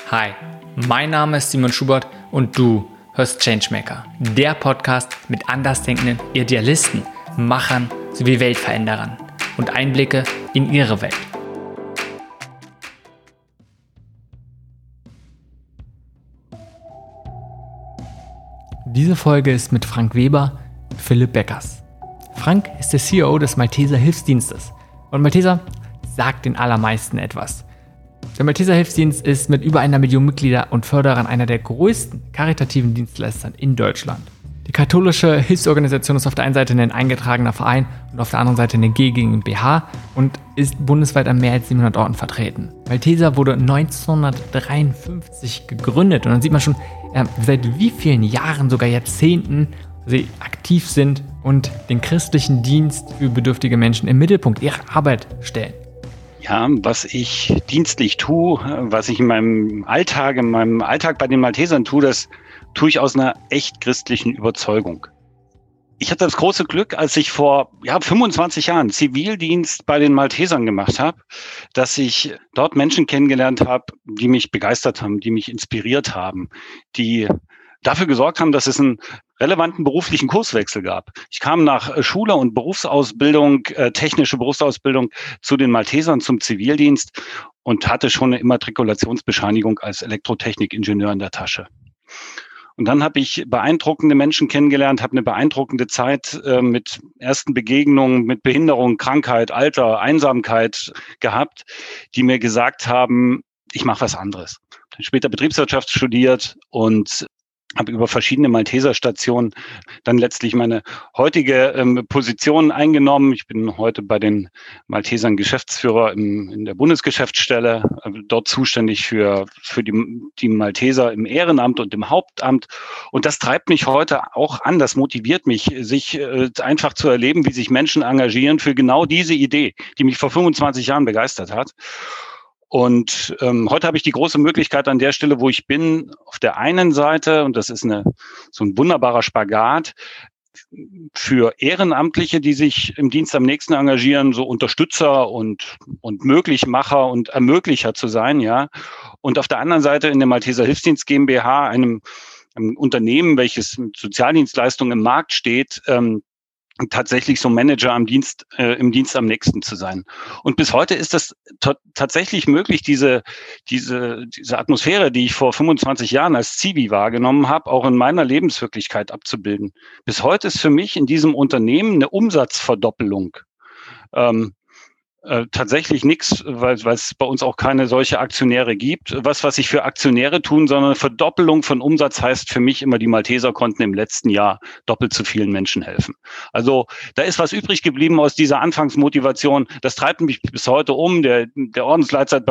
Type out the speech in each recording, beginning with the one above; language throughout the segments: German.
Hi, mein Name ist Simon Schubert und du hörst Changemaker, der Podcast mit andersdenkenden Idealisten, Machern sowie Weltveränderern und Einblicke in ihre Welt. Diese Folge ist mit Frank Weber und Philipp Beckers. Frank ist der CEO des Malteser Hilfsdienstes und Malteser sagt den allermeisten etwas. Der Malteser Hilfsdienst ist mit über 1 Million Mitglieder und Förderern einer der größten karitativen Dienstleister in Deutschland. Die katholische Hilfsorganisation ist auf der einen Seite ein eingetragener Verein und auf der anderen Seite eine GmbH und ist bundesweit an mehr als 700 Orten vertreten. Malteser wurde 1953 gegründet und dann sieht man schon, seit wie vielen Jahren, sogar Jahrzehnten, sie aktiv sind und den christlichen Dienst für bedürftige Menschen im Mittelpunkt ihrer Arbeit stellen. Ja, was ich dienstlich tue, was ich in meinem Alltag bei den Maltesern tue, das tue ich aus einer echt christlichen Überzeugung. Ich hatte das große Glück, als ich vor 25 Jahren Zivildienst bei den Maltesern gemacht habe, dass ich dort Menschen kennengelernt habe, die mich begeistert haben, die mich inspiriert haben, die dafür gesorgt haben, dass es einen relevanten beruflichen Kurswechsel gab. Ich kam nach Schule und Berufsausbildung, technische Berufsausbildung zu den Maltesern zum Zivildienst und hatte schon eine Immatrikulationsbescheinigung als Elektrotechnikingenieur in der Tasche. Und dann habe ich beeindruckende Menschen kennengelernt, habe eine beeindruckende Zeit mit ersten Begegnungen mit Behinderung, Krankheit, Alter, Einsamkeit gehabt, die mir gesagt haben, ich mache was anderes. Ich habe später Betriebswirtschaft studiert und habe über verschiedene Malteser-Stationen dann letztlich meine heutige Position eingenommen. Ich bin heute bei den Maltesern Geschäftsführer in der Bundesgeschäftsstelle, dort zuständig für die Malteser im Ehrenamt und im Hauptamt. Und das treibt mich heute auch an, das motiviert mich, sich einfach zu erleben, wie sich Menschen engagieren für genau diese Idee, die mich vor 25 Jahren begeistert hat. Und heute habe ich die große Möglichkeit an der Stelle, wo ich bin, auf der einen Seite, und das ist so ein wunderbarer Spagat, für Ehrenamtliche, die sich im Dienst am nächsten engagieren, so Unterstützer und Möglichmacher und Ermöglicher zu sein, ja. Und auf der anderen Seite in der Malteser Hilfsdienst GmbH, einem Unternehmen, welches mit Sozialdienstleistungen im Markt steht, tatsächlich so Manager im Dienst am nächsten zu sein. Und bis heute ist das tatsächlich möglich, diese Atmosphäre, die ich vor 25 Jahren als Zivi wahrgenommen habe, auch in meiner Lebenswirklichkeit abzubilden. Bis heute ist für mich in diesem Unternehmen eine Umsatzverdoppelung tatsächlich nichts, weil es bei uns auch keine solche Aktionäre gibt, was sich für Aktionäre tun, sondern eine Verdoppelung von Umsatz heißt für mich immer, die Malteser konnten im letzten Jahr doppelt so vielen Menschen helfen. Also da ist was übrig geblieben aus dieser Anfangsmotivation. Das treibt mich bis heute um. Der Ordensleitsatz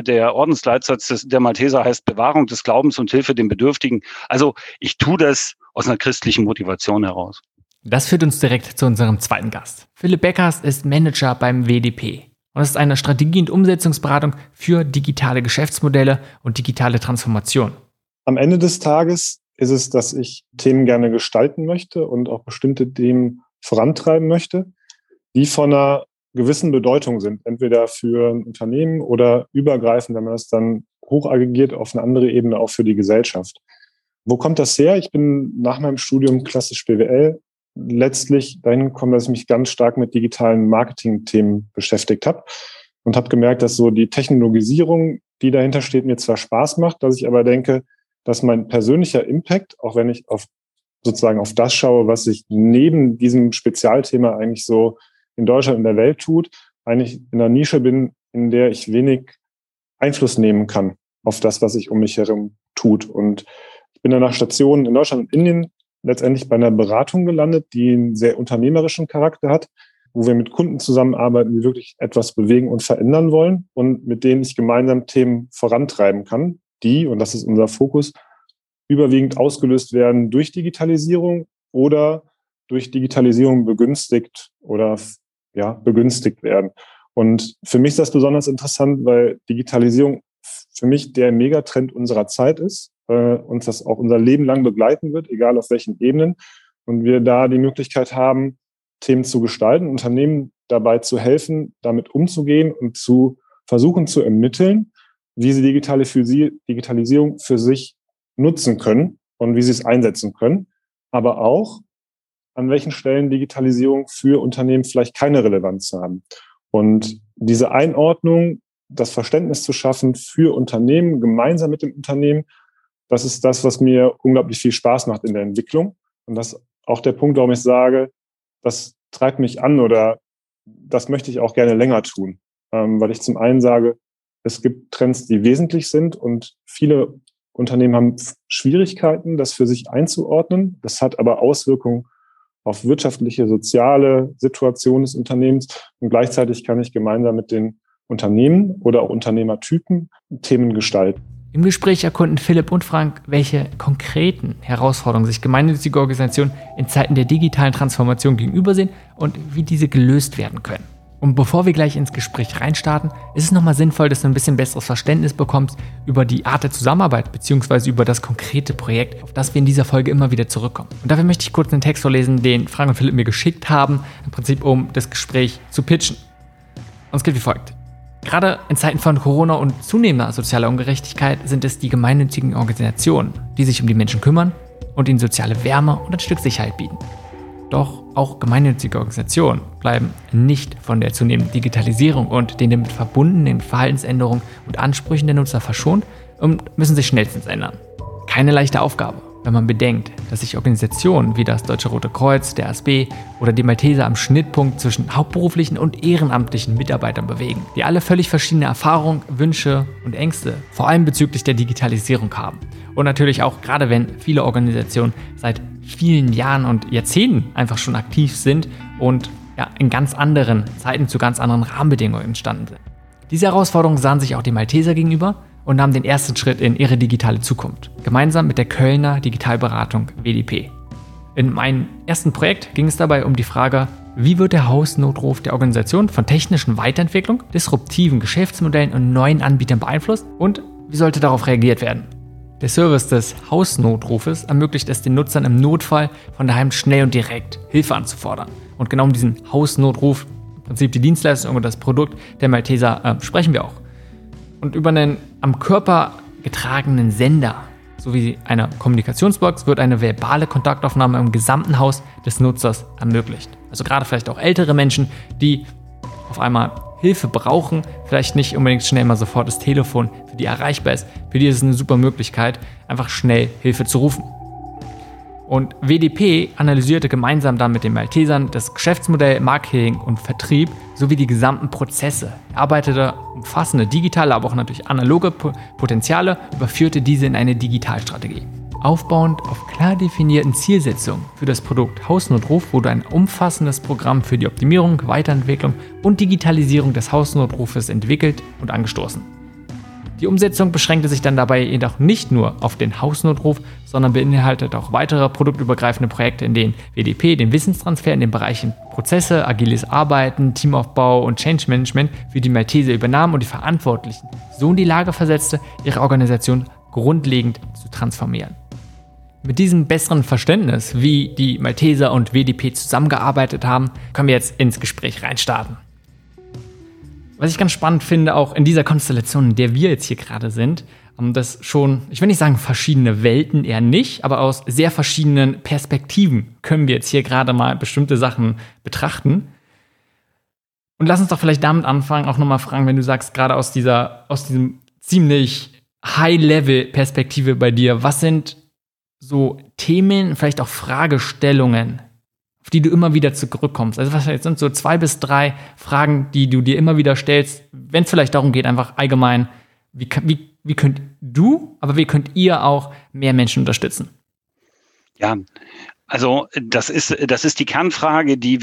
der Malteser heißt Bewahrung des Glaubens und Hilfe den Bedürftigen. Also ich tue das aus einer christlichen Motivation heraus. Das führt uns direkt zu unserem zweiten Gast. Philipp Beckers ist Manager beim WDP und ist eine Strategie- und Umsetzungsberatung für digitale Geschäftsmodelle und digitale Transformation. Am Ende des Tages ist es, dass ich Themen gerne gestalten möchte und auch bestimmte Themen vorantreiben möchte, die von einer gewissen Bedeutung sind, entweder für ein Unternehmen oder übergreifend, wenn man das dann hochaggregiert auf eine andere Ebene, auch für die Gesellschaft. Wo kommt das her? Ich bin nach meinem Studium klassisch BWL letztlich dahin gekommen, dass ich mich ganz stark mit digitalen Marketing-Themen beschäftigt habe und habe gemerkt, dass so die Technologisierung, die dahinter steht, mir zwar Spaß macht, dass ich aber denke, dass mein persönlicher Impact, auch wenn ich auf das schaue, was sich neben diesem Spezialthema eigentlich so in Deutschland und der Welt tut, eigentlich in einer Nische bin, in der ich wenig Einfluss nehmen kann auf das, was sich um mich herum tut. Und ich bin dann nach Stationen in Deutschland und Indien letztendlich bei einer Beratung gelandet, die einen sehr unternehmerischen Charakter hat, wo wir mit Kunden zusammenarbeiten, die wirklich etwas bewegen und verändern wollen und mit denen ich gemeinsam Themen vorantreiben kann, die, und das ist unser Fokus, überwiegend ausgelöst werden durch Digitalisierung oder durch Digitalisierung begünstigt werden. Und für mich ist das besonders interessant, weil Digitalisierung für mich der Megatrend unserer Zeit ist, uns das auch unser Leben lang begleiten wird, egal auf welchen Ebenen. Und wir da die Möglichkeit haben, Themen zu gestalten, Unternehmen dabei zu helfen, damit umzugehen und zu versuchen zu ermitteln, wie sie Digitalisierung für sich nutzen können und wie sie es einsetzen können, aber auch, an welchen Stellen Digitalisierung für Unternehmen vielleicht keine Relevanz haben. Und diese Einordnung, das Verständnis zu schaffen für Unternehmen, gemeinsam mit dem Unternehmen, das ist das, was mir unglaublich viel Spaß macht in der Entwicklung. Und das ist auch der Punkt, warum ich sage, das treibt mich an oder das möchte ich auch gerne länger tun. Weil ich zum einen sage, es gibt Trends, die wesentlich sind und viele Unternehmen haben Schwierigkeiten, das für sich einzuordnen. Das hat aber Auswirkungen auf wirtschaftliche, soziale Situation des Unternehmens. Und gleichzeitig kann ich gemeinsam mit den Unternehmen oder auch Unternehmertypen Themen gestalten. Im Gespräch erkunden Philipp und Frank, welche konkreten Herausforderungen sich gemeinnützige Organisationen in Zeiten der digitalen Transformation gegenübersehen und wie diese gelöst werden können. Und bevor wir gleich ins Gespräch reinstarten, ist es nochmal sinnvoll, dass du ein bisschen besseres Verständnis bekommst über die Art der Zusammenarbeit bzw. über das konkrete Projekt, auf das wir in dieser Folge immer wieder zurückkommen. Und dafür möchte ich kurz einen Text vorlesen, den Frank und Philipp mir geschickt haben, im Prinzip um das Gespräch zu pitchen. Und es geht wie folgt. Gerade in Zeiten von Corona und zunehmender sozialer Ungerechtigkeit sind es die gemeinnützigen Organisationen, die sich um die Menschen kümmern und ihnen soziale Wärme und ein Stück Sicherheit bieten. Doch auch gemeinnützige Organisationen bleiben nicht von der zunehmenden Digitalisierung und den damit verbundenen Verhaltensänderungen und Ansprüchen der Nutzer verschont und müssen sich schnellstens ändern. Keine leichte Aufgabe, wenn man bedenkt, dass sich Organisationen wie das Deutsche Rote Kreuz, der ASB oder die Malteser am Schnittpunkt zwischen hauptberuflichen und ehrenamtlichen Mitarbeitern bewegen, die alle völlig verschiedene Erfahrungen, Wünsche und Ängste, vor allem bezüglich der Digitalisierung haben. Und natürlich auch gerade wenn viele Organisationen seit vielen Jahren und Jahrzehnten einfach schon aktiv sind und in ganz anderen Zeiten zu ganz anderen Rahmenbedingungen entstanden sind. Diese Herausforderungen sahen sich auch die Malteser gegenüber und nahmen den ersten Schritt in ihre digitale Zukunft, gemeinsam mit der Kölner Digitalberatung WDP. In meinem ersten Projekt ging es dabei um die Frage, wie wird der Hausnotruf der Organisation von technischen Weiterentwicklung, disruptiven Geschäftsmodellen und neuen Anbietern beeinflusst und wie sollte darauf reagiert werden? Der Service des Hausnotrufes ermöglicht es den Nutzern im Notfall von daheim schnell und direkt Hilfe anzufordern. Und genau um diesen Hausnotruf, im Prinzip die Dienstleistung und das Produkt der Malteser, sprechen wir auch. Und über einen am Körper getragenen Sender sowie eine Kommunikationsbox wird eine verbale Kontaktaufnahme im gesamten Haus des Nutzers ermöglicht. Also gerade vielleicht auch ältere Menschen, die auf einmal Hilfe brauchen, vielleicht nicht unbedingt schnell mal sofort das Telefon, für die erreichbar ist. Für die ist es eine super Möglichkeit, einfach schnell Hilfe zu rufen. Und WDP analysierte gemeinsam dann mit den Maltesern das Geschäftsmodell, Marketing und Vertrieb sowie die gesamten Prozesse. Er arbeitete umfassende digitale, aber auch natürlich analoge Potenziale, überführte diese in eine Digitalstrategie. Aufbauend auf klar definierten Zielsetzungen für das Produkt Hausnotruf wurde ein umfassendes Programm für die Optimierung, Weiterentwicklung und Digitalisierung des Hausnotrufes entwickelt und angestoßen. Die Umsetzung beschränkte sich dann dabei jedoch nicht nur auf den Hausnotruf, sondern beinhaltet auch weitere produktübergreifende Projekte, in denen WDP den Wissenstransfer in den Bereichen Prozesse, agiles Arbeiten, Teamaufbau und Change Management für die Malteser übernahm und die Verantwortlichen so in die Lage versetzte, ihre Organisation grundlegend zu transformieren. Mit diesem besseren Verständnis, wie die Malteser und WDP zusammengearbeitet haben, können wir jetzt ins Gespräch reinstarten. Was ich ganz spannend finde, auch in dieser Konstellation, in der wir jetzt hier gerade sind, dass schon, ich will nicht sagen verschiedene Welten, eher nicht, aber aus sehr verschiedenen Perspektiven können wir jetzt hier gerade mal bestimmte Sachen betrachten. Und lass uns doch vielleicht damit anfangen, auch nochmal fragen, wenn du sagst, gerade aus diesem ziemlich High-Level-Perspektive bei dir, was sind so Themen, vielleicht auch Fragestellungen, auf die du immer wieder zurückkommst? Also was sind so 2 bis 3 Fragen, die du dir immer wieder stellst, wenn es vielleicht darum geht, einfach allgemein, wie könnt du, aber wie könnt ihr auch mehr Menschen unterstützen? Ja, also das ist die Kernfrage, der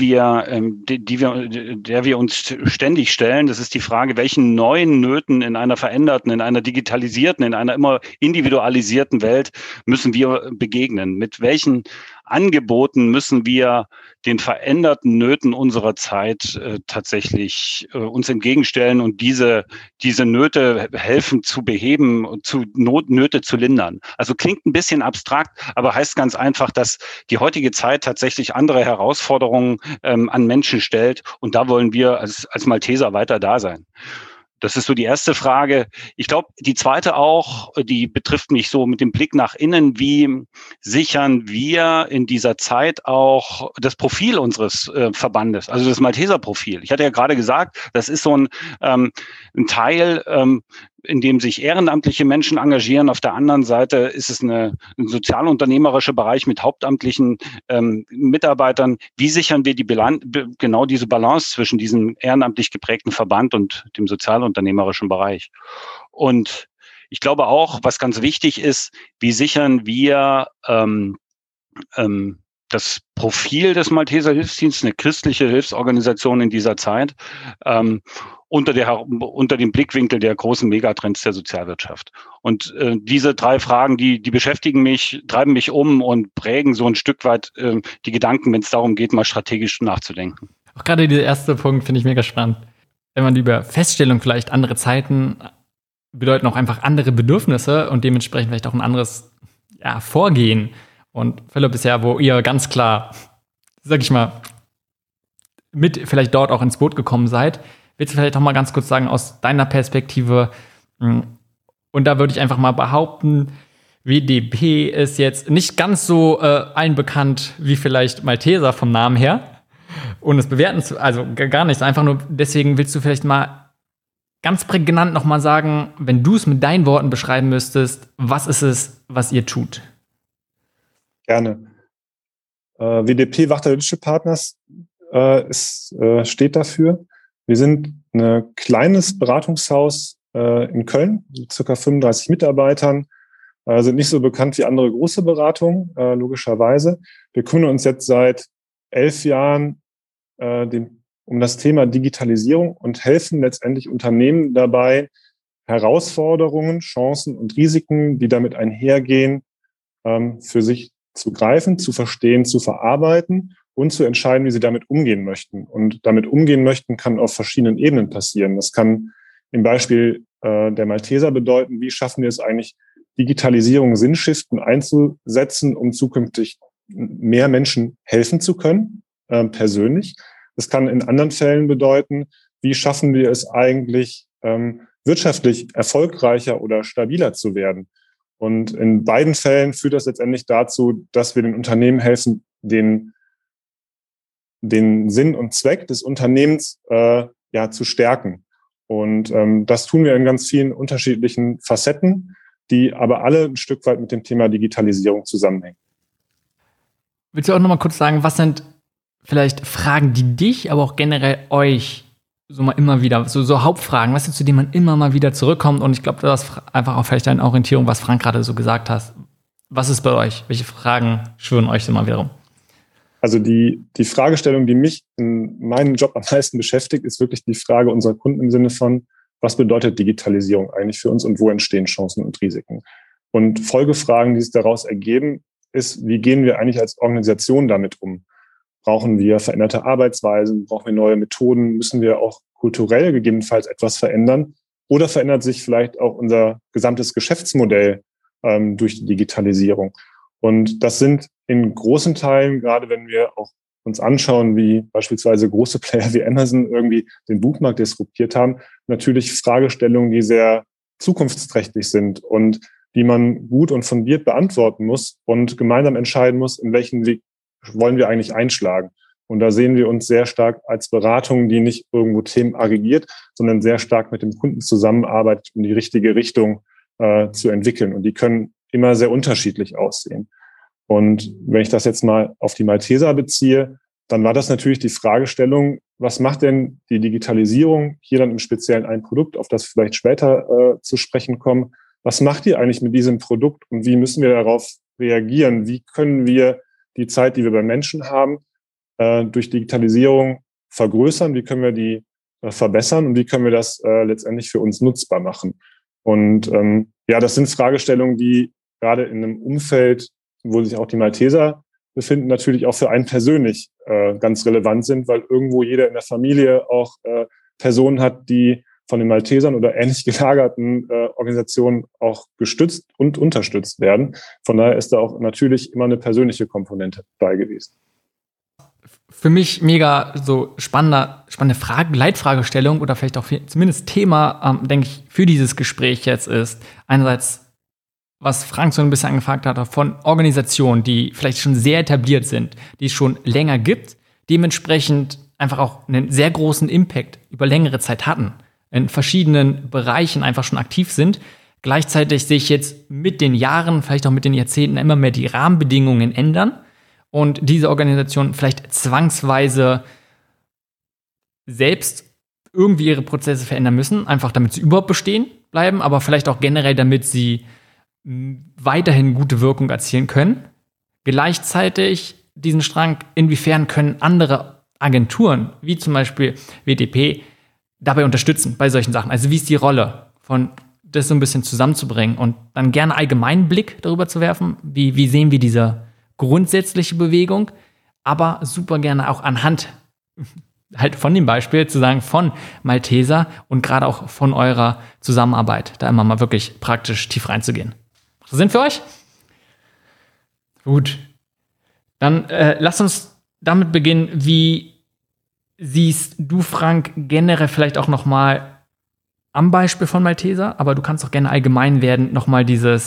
wir uns ständig stellen. Das ist die Frage, welchen neuen Nöten in einer veränderten, in einer digitalisierten, in einer immer individualisierten Welt müssen wir begegnen? Mit welchen Angeboten müssen wir den veränderten Nöten unserer Zeit tatsächlich uns entgegenstellen und diese Nöte helfen zu beheben und Nöte zu lindern. Also klingt ein bisschen abstrakt, aber heißt ganz einfach, dass die heutige Zeit tatsächlich andere Herausforderungen an Menschen stellt und da wollen wir als Malteser weiter da sein. Das ist so die erste Frage. Ich glaube, die zweite auch, die betrifft mich so mit dem Blick nach innen. Wie sichern wir in dieser Zeit auch das Profil unseres Verbandes, also das Malteser-Profil? Ich hatte ja gerade gesagt, das ist so ein Teil, in dem sich ehrenamtliche Menschen engagieren. Auf der anderen Seite ist es ein sozialunternehmerischer Bereich mit hauptamtlichen Mitarbeitern. Wie sichern wir genau diese Balance zwischen diesem ehrenamtlich geprägten Verband und dem sozialunternehmerischen Bereich? Und ich glaube auch, was ganz wichtig ist, wie sichern wir das Profil des Malteser Hilfsdienstes, eine christliche Hilfsorganisation in dieser Zeit, unter dem Blickwinkel der großen Megatrends der Sozialwirtschaft. Und diese drei Fragen, die beschäftigen mich, treiben mich um und prägen so ein Stück weit die Gedanken, wenn es darum geht, mal strategisch nachzudenken. Auch gerade der erste Punkt finde ich mega spannend. Wenn man über Feststellung vielleicht andere Zeiten bedeuten auch einfach andere Bedürfnisse und dementsprechend vielleicht auch ein anderes Vorgehen. Und Philipp ist ja, wo ihr ganz klar, sag ich mal, mit vielleicht dort auch ins Boot gekommen seid. Willst du vielleicht noch mal ganz kurz sagen, aus deiner Perspektive, und da würde ich einfach mal behaupten, WDP ist jetzt nicht ganz so allen bekannt wie vielleicht Malteser vom Namen her. Und es bewerten also gar nichts, einfach nur deswegen willst du vielleicht mal ganz prägnant noch mal sagen, wenn du es mit deinen Worten beschreiben müsstest, was ist es, was ihr tut? Gerne. WDP, Wachter Leadership Partners, steht dafür. Wir sind ein kleines Beratungshaus in Köln, mit ca. 35 Mitarbeitern, sind nicht so bekannt wie andere große Beratungen, logischerweise. Wir kümmern uns jetzt seit 11 Jahren um das Thema Digitalisierung und helfen letztendlich Unternehmen dabei, Herausforderungen, Chancen und Risiken, die damit einhergehen, für sich zu greifen, zu verstehen, zu verarbeiten und zu entscheiden, wie sie damit umgehen möchten. Und damit umgehen möchten kann auf verschiedenen Ebenen passieren. Das kann im Beispiel der Malteser bedeuten, wie schaffen wir es eigentlich, Digitalisierung sinnstiftend einzusetzen, um zukünftig mehr Menschen helfen zu können, persönlich. Das kann in anderen Fällen bedeuten, wie schaffen wir es eigentlich, wirtschaftlich erfolgreicher oder stabiler zu werden. Und in beiden Fällen führt das letztendlich dazu, dass wir den Unternehmen helfen, den Sinn und Zweck des Unternehmens zu stärken. Und das tun wir in ganz vielen unterschiedlichen Facetten, die aber alle ein Stück weit mit dem Thema Digitalisierung zusammenhängen. Willst du auch noch mal kurz sagen, was sind vielleicht Fragen, die dich, aber auch generell euch so mal immer wieder, so Hauptfragen, was zu denen man immer mal wieder zurückkommt? Und ich glaube, das ist einfach auch vielleicht eine Orientierung, was Frank gerade so gesagt hat. Was ist bei euch? Welche Fragen schwirren euch so mal wieder rum? Also die Fragestellung, die mich in meinem Job am meisten beschäftigt, ist wirklich die Frage unserer Kunden im Sinne von, was bedeutet Digitalisierung eigentlich für uns und wo entstehen Chancen und Risiken? Und Folgefragen, die sich daraus ergeben, ist, wie gehen wir eigentlich als Organisation damit um? Brauchen wir veränderte Arbeitsweisen? Brauchen wir neue Methoden? Müssen wir auch kulturell gegebenenfalls etwas verändern? Oder verändert sich vielleicht auch unser gesamtes Geschäftsmodell durch die Digitalisierung? Und das sind in großen Teilen, gerade wenn wir auch uns anschauen, wie beispielsweise große Player wie Amazon irgendwie den Buchmarkt disruptiert haben, natürlich Fragestellungen, die sehr zukunftsträchtig sind und die man gut und fundiert beantworten muss und gemeinsam entscheiden muss, in welchen Weg wollen wir eigentlich einschlagen. Und da sehen wir uns sehr stark als Beratung, die nicht irgendwo Themen aggregiert, sondern sehr stark mit dem Kunden zusammenarbeitet, um die richtige Richtung zu entwickeln. Und die können immer sehr unterschiedlich aussehen. Und wenn ich das jetzt mal auf die Malteser beziehe, dann war das natürlich die Fragestellung, was macht denn die Digitalisierung, hier dann im Speziellen ein Produkt, auf das vielleicht später zu sprechen kommen, was macht die eigentlich mit diesem Produkt und wie müssen wir darauf reagieren? Wie können wir die Zeit, die wir bei Menschen haben, durch Digitalisierung vergrößern? Wie können wir die verbessern und wie können wir das letztendlich für uns nutzbar machen? Und das sind Fragestellungen, die gerade in einem Umfeld, wo sich auch die Malteser befinden, natürlich auch für einen persönlich ganz relevant sind, weil irgendwo jeder in der Familie auch Personen hat, die von den Maltesern oder ähnlich gelagerten Organisationen auch gestützt und unterstützt werden. Von daher ist da auch natürlich immer eine persönliche Komponente bei gewesen. für mich mega so spannende Leitfragestellung oder vielleicht auch zumindest Thema, denke ich, für dieses Gespräch jetzt ist einerseits, was Frank so ein bisschen angefragt hat, von Organisationen, die vielleicht schon sehr etabliert sind, die es schon länger gibt, dementsprechend einfach auch einen sehr großen Impact über längere Zeit hatten, in verschiedenen Bereichen einfach schon aktiv sind. Gleichzeitig sehe ich jetzt mit den Jahren, vielleicht auch mit den Jahrzehnten immer mehr die Rahmenbedingungen ändern und diese Organisationen vielleicht zwangsweise selbst irgendwie ihre Prozesse verändern müssen, einfach damit sie überhaupt bestehen bleiben, aber vielleicht auch generell, damit sie weiterhin gute Wirkung erzielen können. Gleichzeitig diesen Strang, inwiefern können andere Agenturen, wie zum Beispiel WDP, dabei unterstützen bei solchen Sachen. Also wie ist die Rolle von das so ein bisschen zusammenzubringen und dann gerne allgemeinen Blick darüber zu werfen, wie sehen wir diese grundsätzliche Bewegung, aber super gerne auch anhand halt von dem Beispiel zu sagen, von Malteser und gerade auch von eurer Zusammenarbeit, da immer mal wirklich praktisch tief reinzugehen. Macht das Sinn für euch? Gut. Dann lasst uns damit beginnen, wie siehst du, Frank, generell vielleicht auch noch mal am Beispiel von Malteser, aber du kannst auch gerne allgemein werden, noch mal diese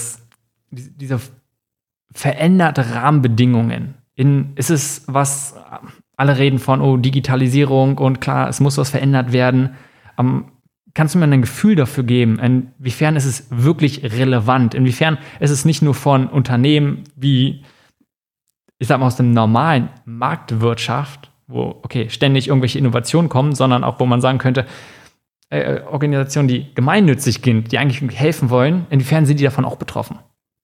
veränderte Rahmenbedingungen. Ist es was, alle reden von Digitalisierung und klar, es muss was verändert werden. Kannst du mir ein Gefühl dafür geben, inwiefern ist es wirklich relevant? Inwiefern ist es nicht nur von Unternehmen wie, ich sag mal, aus der normalen Marktwirtschaft, wo, ständig irgendwelche Innovationen kommen, sondern auch, wo man sagen könnte, Organisationen, die gemeinnützig sind, die eigentlich helfen wollen, inwiefern sind die davon auch betroffen?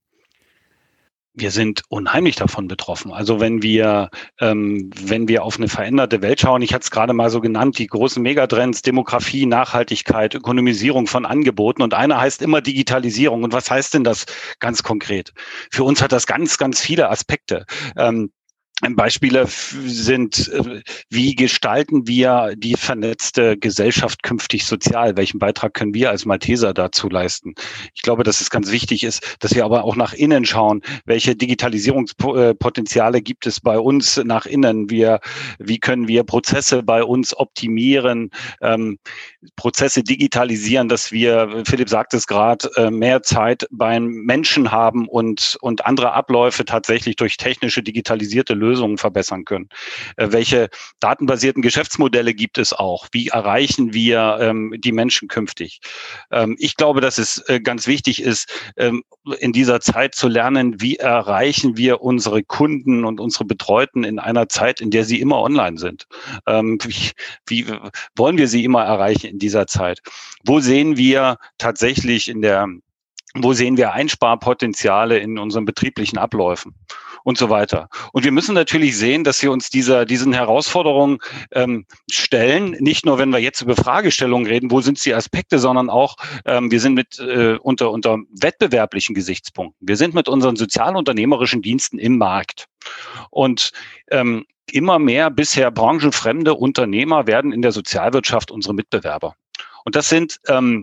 Wir sind unheimlich davon betroffen. Also wenn wir auf eine veränderte Welt schauen, ich hatte es gerade mal so genannt, die großen Megatrends, Demografie, Nachhaltigkeit, Ökonomisierung von Angeboten und einer heißt immer Digitalisierung. Und was heißt denn das ganz konkret? Für uns hat das ganz, ganz viele Aspekte. Beispiele sind, wie gestalten wir die vernetzte Gesellschaft künftig sozial? Welchen Beitrag können wir als Malteser dazu leisten? Ich glaube, dass es ganz wichtig ist, dass wir aber auch nach innen schauen. Welche Digitalisierungspotenziale gibt es bei uns nach innen? Wie können wir Prozesse bei uns optimieren, Prozesse digitalisieren, dass wir, Philipp sagt es gerade, mehr Zeit beim Menschen haben und andere Abläufe tatsächlich durch technische digitalisierte Lösungen verbessern können. Welche datenbasierten Geschäftsmodelle gibt es auch? Wie erreichen wir die Menschen künftig? Ich glaube, dass es ganz wichtig ist, in dieser Zeit zu lernen, wie erreichen wir unsere Kunden und unsere Betreuten in einer Zeit, in der sie immer online sind? Wie wollen wir sie immer erreichen in dieser Zeit? Wo sehen wir tatsächlich Einsparpotenziale in unseren betrieblichen Abläufen und so weiter. Und wir müssen natürlich sehen, dass wir uns diesen Herausforderungen stellen, nicht nur, wenn wir jetzt über Fragestellungen reden, wo sind die Aspekte, sondern auch, wir sind unter wettbewerblichen Gesichtspunkten. Wir sind mit unseren sozialunternehmerischen Diensten im Markt. Und immer mehr bisher branchenfremde Unternehmer werden in der Sozialwirtschaft unsere Mitbewerber. Und das sind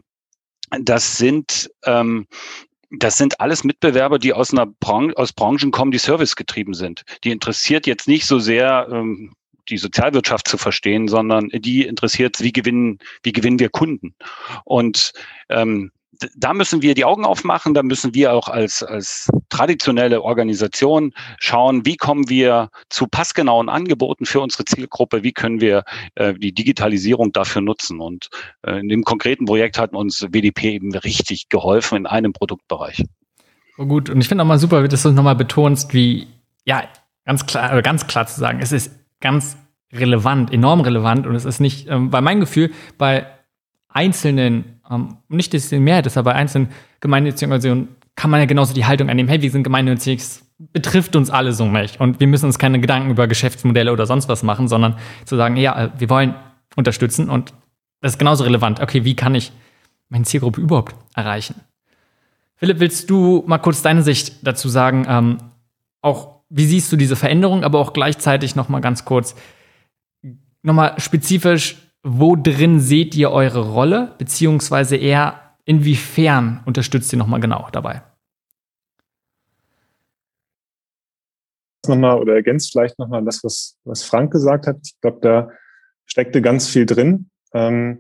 alles Mitbewerber, die aus Branchen kommen, die servicegetrieben sind. Die interessiert jetzt nicht so sehr, die Sozialwirtschaft zu verstehen, sondern die interessiert, wie gewinnen wir Kunden. Und da müssen wir die Augen aufmachen, da müssen wir auch als traditionelle Organisation schauen, wie kommen wir zu passgenauen Angeboten für unsere Zielgruppe, wie können wir die Digitalisierung dafür nutzen. Und in dem konkreten Projekt hat uns WDP eben richtig geholfen in einem Produktbereich. Oh gut, und ich finde auch mal super, dass du es nochmal betonst, wie, ja, ganz klar zu sagen, es ist ganz relevant, enorm relevant und es ist nicht, bei meinem Gefühl, bei einzelnen, nicht, dass es die Mehrheit ist, aber bei einzelnen gemeinnützigen Organisationen kann man ja genauso die Haltung einnehmen, hey, wir sind gemeinnützig, es betrifft uns alle so nicht und wir müssen uns keine Gedanken über Geschäftsmodelle oder sonst was machen, sondern zu sagen, ja, wir wollen unterstützen und das ist genauso relevant. Okay, wie kann ich meine Zielgruppe überhaupt erreichen? Philipp, willst du mal kurz deine Sicht dazu sagen, auch wie siehst du diese Veränderung, aber auch gleichzeitig noch mal ganz kurz, noch mal spezifisch, wo drin seht ihr eure Rolle, beziehungsweise eher inwiefern unterstützt ihr noch mal genau dabei? nochmal oder ergänzt vielleicht nochmal das, was Frank gesagt hat. Ich glaube, da steckte ganz viel drin. Wenn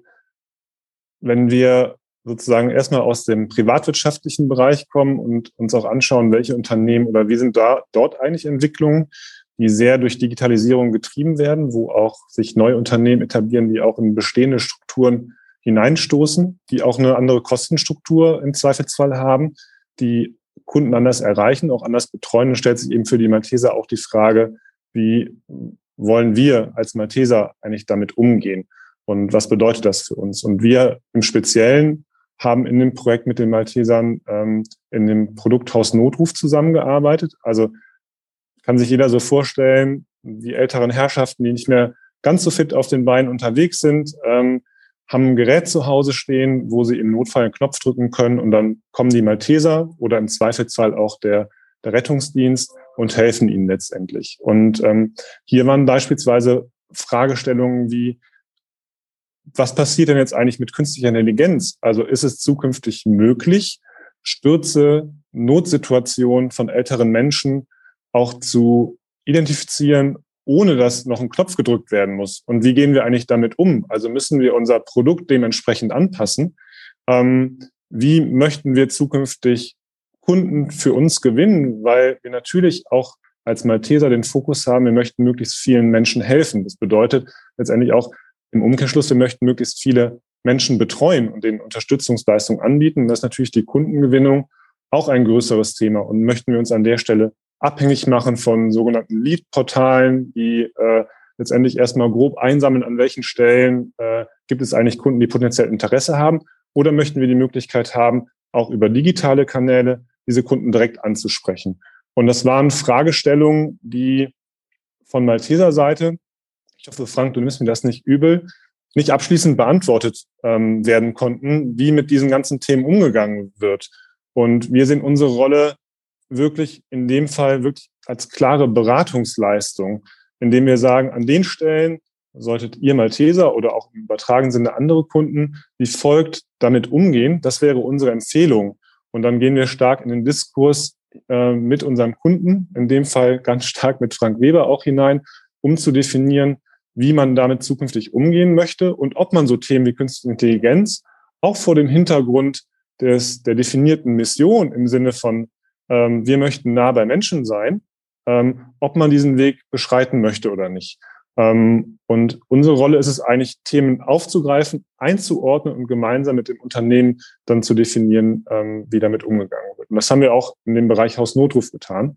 wir sozusagen erstmal aus dem privatwirtschaftlichen Bereich kommen und uns auch anschauen, welche Unternehmen oder wie sind dort eigentlich Entwicklungen, die sehr durch Digitalisierung getrieben werden, wo auch sich neue Unternehmen etablieren, die auch in bestehende Strukturen hineinstoßen, die auch eine andere Kostenstruktur im Zweifelsfall haben, die Kunden anders erreichen, auch anders betreuen. Und stellt sich eben für die Malteser auch die Frage, wie wollen wir als Malteser eigentlich damit umgehen? Und was bedeutet das für uns? Und wir im Speziellen haben in dem Projekt mit den Maltesern in dem Produkthaus Notruf zusammengearbeitet. Also kann sich jeder so vorstellen, die älteren Herrschaften, die nicht mehr ganz so fit auf den Beinen unterwegs sind, haben ein Gerät zu Hause stehen, wo sie im Notfall einen Knopf drücken können und dann kommen die Malteser oder im Zweifelsfall auch der Rettungsdienst und helfen ihnen letztendlich. Und hier waren beispielsweise Fragestellungen wie, was passiert denn jetzt eigentlich mit künstlicher Intelligenz? Also ist es zukünftig möglich, Stürze, Notsituationen von älteren Menschen auch zu identifizieren, ohne dass noch ein Knopf gedrückt werden muss? Und wie gehen wir eigentlich damit um? Also müssen wir unser Produkt dementsprechend anpassen? Wie möchten wir zukünftig Kunden für uns gewinnen? Weil wir natürlich auch als Malteser den Fokus haben, wir möchten möglichst vielen Menschen helfen. Das bedeutet letztendlich auch im Umkehrschluss, wir möchten möglichst viele Menschen betreuen und denen Unterstützungsleistungen anbieten. Das ist natürlich die Kundengewinnung auch ein größeres Thema. Und möchten wir uns an der Stelle abhängig machen von sogenannten Lead-Portalen, die letztendlich erstmal grob einsammeln, an welchen Stellen gibt es eigentlich Kunden, die potenziell Interesse haben, oder möchten wir die Möglichkeit haben, auch über digitale Kanäle diese Kunden direkt anzusprechen. Und das waren Fragestellungen, die von Malteser Seite, ich hoffe, Frank, du nimmst mir das nicht übel, nicht abschließend beantwortet werden konnten, wie mit diesen ganzen Themen umgegangen wird. Und wir sehen unsere Rolle wirklich in dem Fall wirklich als klare Beratungsleistung, indem wir sagen, an den Stellen solltet ihr Malteser oder auch im übertragenen Sinne andere Kunden wie folgt damit umgehen. Das wäre unsere Empfehlung. Und dann gehen wir stark in den Diskurs mit unserem Kunden, in dem Fall ganz stark mit Frank Weber auch hinein, um zu definieren, wie man damit zukünftig umgehen möchte und ob man so Themen wie Künstliche Intelligenz auch vor dem Hintergrund der definierten Mission im Sinne von wir möchten nah bei Menschen sein, ob man diesen Weg beschreiten möchte oder nicht. Und unsere Rolle ist es eigentlich, Themen aufzugreifen, einzuordnen und gemeinsam mit dem Unternehmen dann zu definieren, wie damit umgegangen wird. Und das haben wir auch in dem Bereich Haus Notruf getan.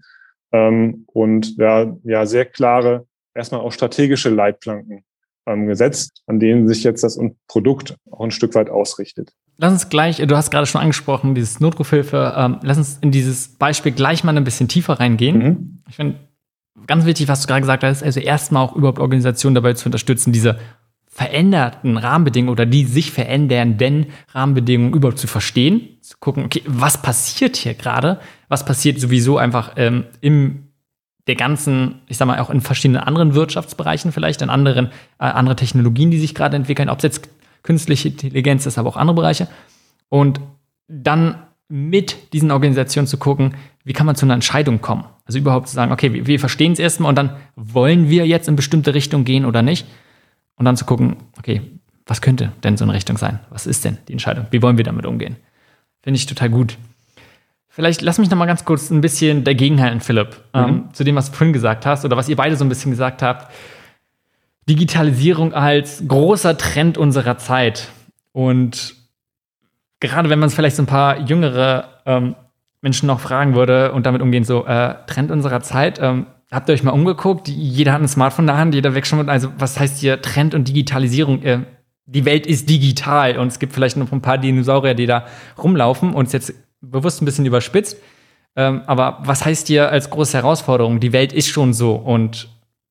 Und ja, sehr klare, erstmal auch strategische Leitplanken gesetzt, an denen sich jetzt das Produkt auch ein Stück weit ausrichtet. Lass uns gleich, du hast gerade schon angesprochen, dieses Notrufhilfe, lass uns in dieses Beispiel gleich mal ein bisschen tiefer reingehen. Mhm. Ich finde ganz wichtig, was du gerade gesagt hast, also erstmal auch überhaupt Organisationen dabei zu unterstützen, diese veränderten Rahmenbedingungen oder die sich verändernden Rahmenbedingungen überhaupt zu verstehen, zu gucken, okay, was passiert hier gerade, was passiert sowieso einfach im der ganzen, ich sag mal, auch in verschiedenen anderen Wirtschaftsbereichen vielleicht, in andere Technologien, die sich gerade entwickeln, ob es jetzt künstliche Intelligenz ist, aber auch andere Bereiche. Und dann mit diesen Organisationen zu gucken, wie kann man zu einer Entscheidung kommen? Also überhaupt zu sagen, okay, wir verstehen es erstmal und dann wollen wir jetzt in bestimmte Richtung gehen oder nicht? Und dann zu gucken, okay, was könnte denn so eine Richtung sein? Was ist denn die Entscheidung? Wie wollen wir damit umgehen? Finde ich total gut. Vielleicht lass mich noch mal ganz kurz ein bisschen dagegenhalten, Philipp, zu dem, was du vorhin gesagt hast oder was ihr beide so ein bisschen gesagt habt. Digitalisierung als großer Trend unserer Zeit. Und gerade wenn man es vielleicht so ein paar jüngere Menschen noch fragen würde und damit umgehen, so Trend unserer Zeit, habt ihr euch mal umgeguckt? Jeder hat ein Smartphone in der Hand, jeder wächst schon mit. Also was heißt hier Trend und Digitalisierung? Die Welt ist digital und es gibt vielleicht noch ein paar Dinosaurier, die da rumlaufen und es jetzt bewusst ein bisschen überspitzt. Aber was heißt hier als große Herausforderung? Die Welt ist schon so und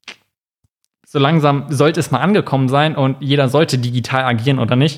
so langsam sollte es mal angekommen sein und jeder sollte digital agieren oder nicht.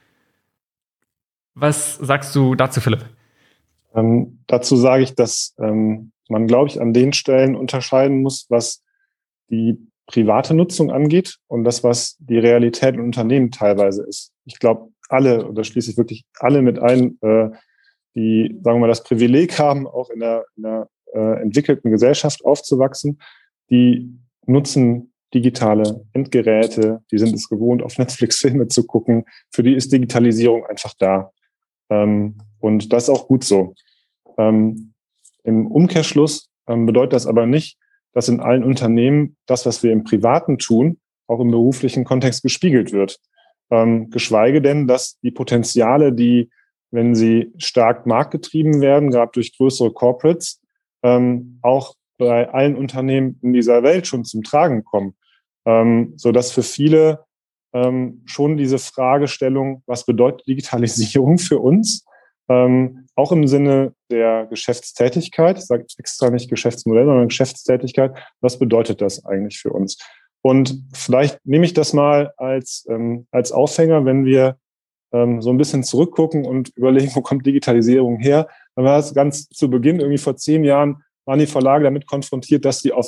Was sagst du dazu, Philipp? Dazu sage ich, dass man, glaube ich, an den Stellen unterscheiden muss, was die private Nutzung angeht und das, was die Realität in Unternehmen teilweise ist. Ich glaube, alle, oder schließe ich wirklich alle mit ein, die, sagen wir mal, das Privileg haben, auch in einer entwickelten Gesellschaft aufzuwachsen. Die nutzen digitale Endgeräte, die sind es gewohnt, auf Netflix Filme zu gucken. Für die ist Digitalisierung einfach da. Und das ist auch gut so. Im Umkehrschluss bedeutet das aber nicht, dass in allen Unternehmen das, was wir im Privaten tun, auch im beruflichen Kontext gespiegelt wird. Geschweige denn, dass die Potenziale, die, wenn sie stark marktgetrieben werden, gerade durch größere Corporates, auch bei allen Unternehmen in dieser Welt schon zum Tragen kommen. Sodass für viele schon diese Fragestellung, was bedeutet Digitalisierung für uns, auch im Sinne der Geschäftstätigkeit, ich sage extra nicht Geschäftsmodell, sondern Geschäftstätigkeit, was bedeutet das eigentlich für uns? Und vielleicht nehme ich das mal als Aufhänger, wenn wir so ein bisschen zurückgucken und überlegen, wo kommt Digitalisierung her? Dann war es ganz zu Beginn, irgendwie vor 10 Jahren, waren die Verlage damit konfrontiert,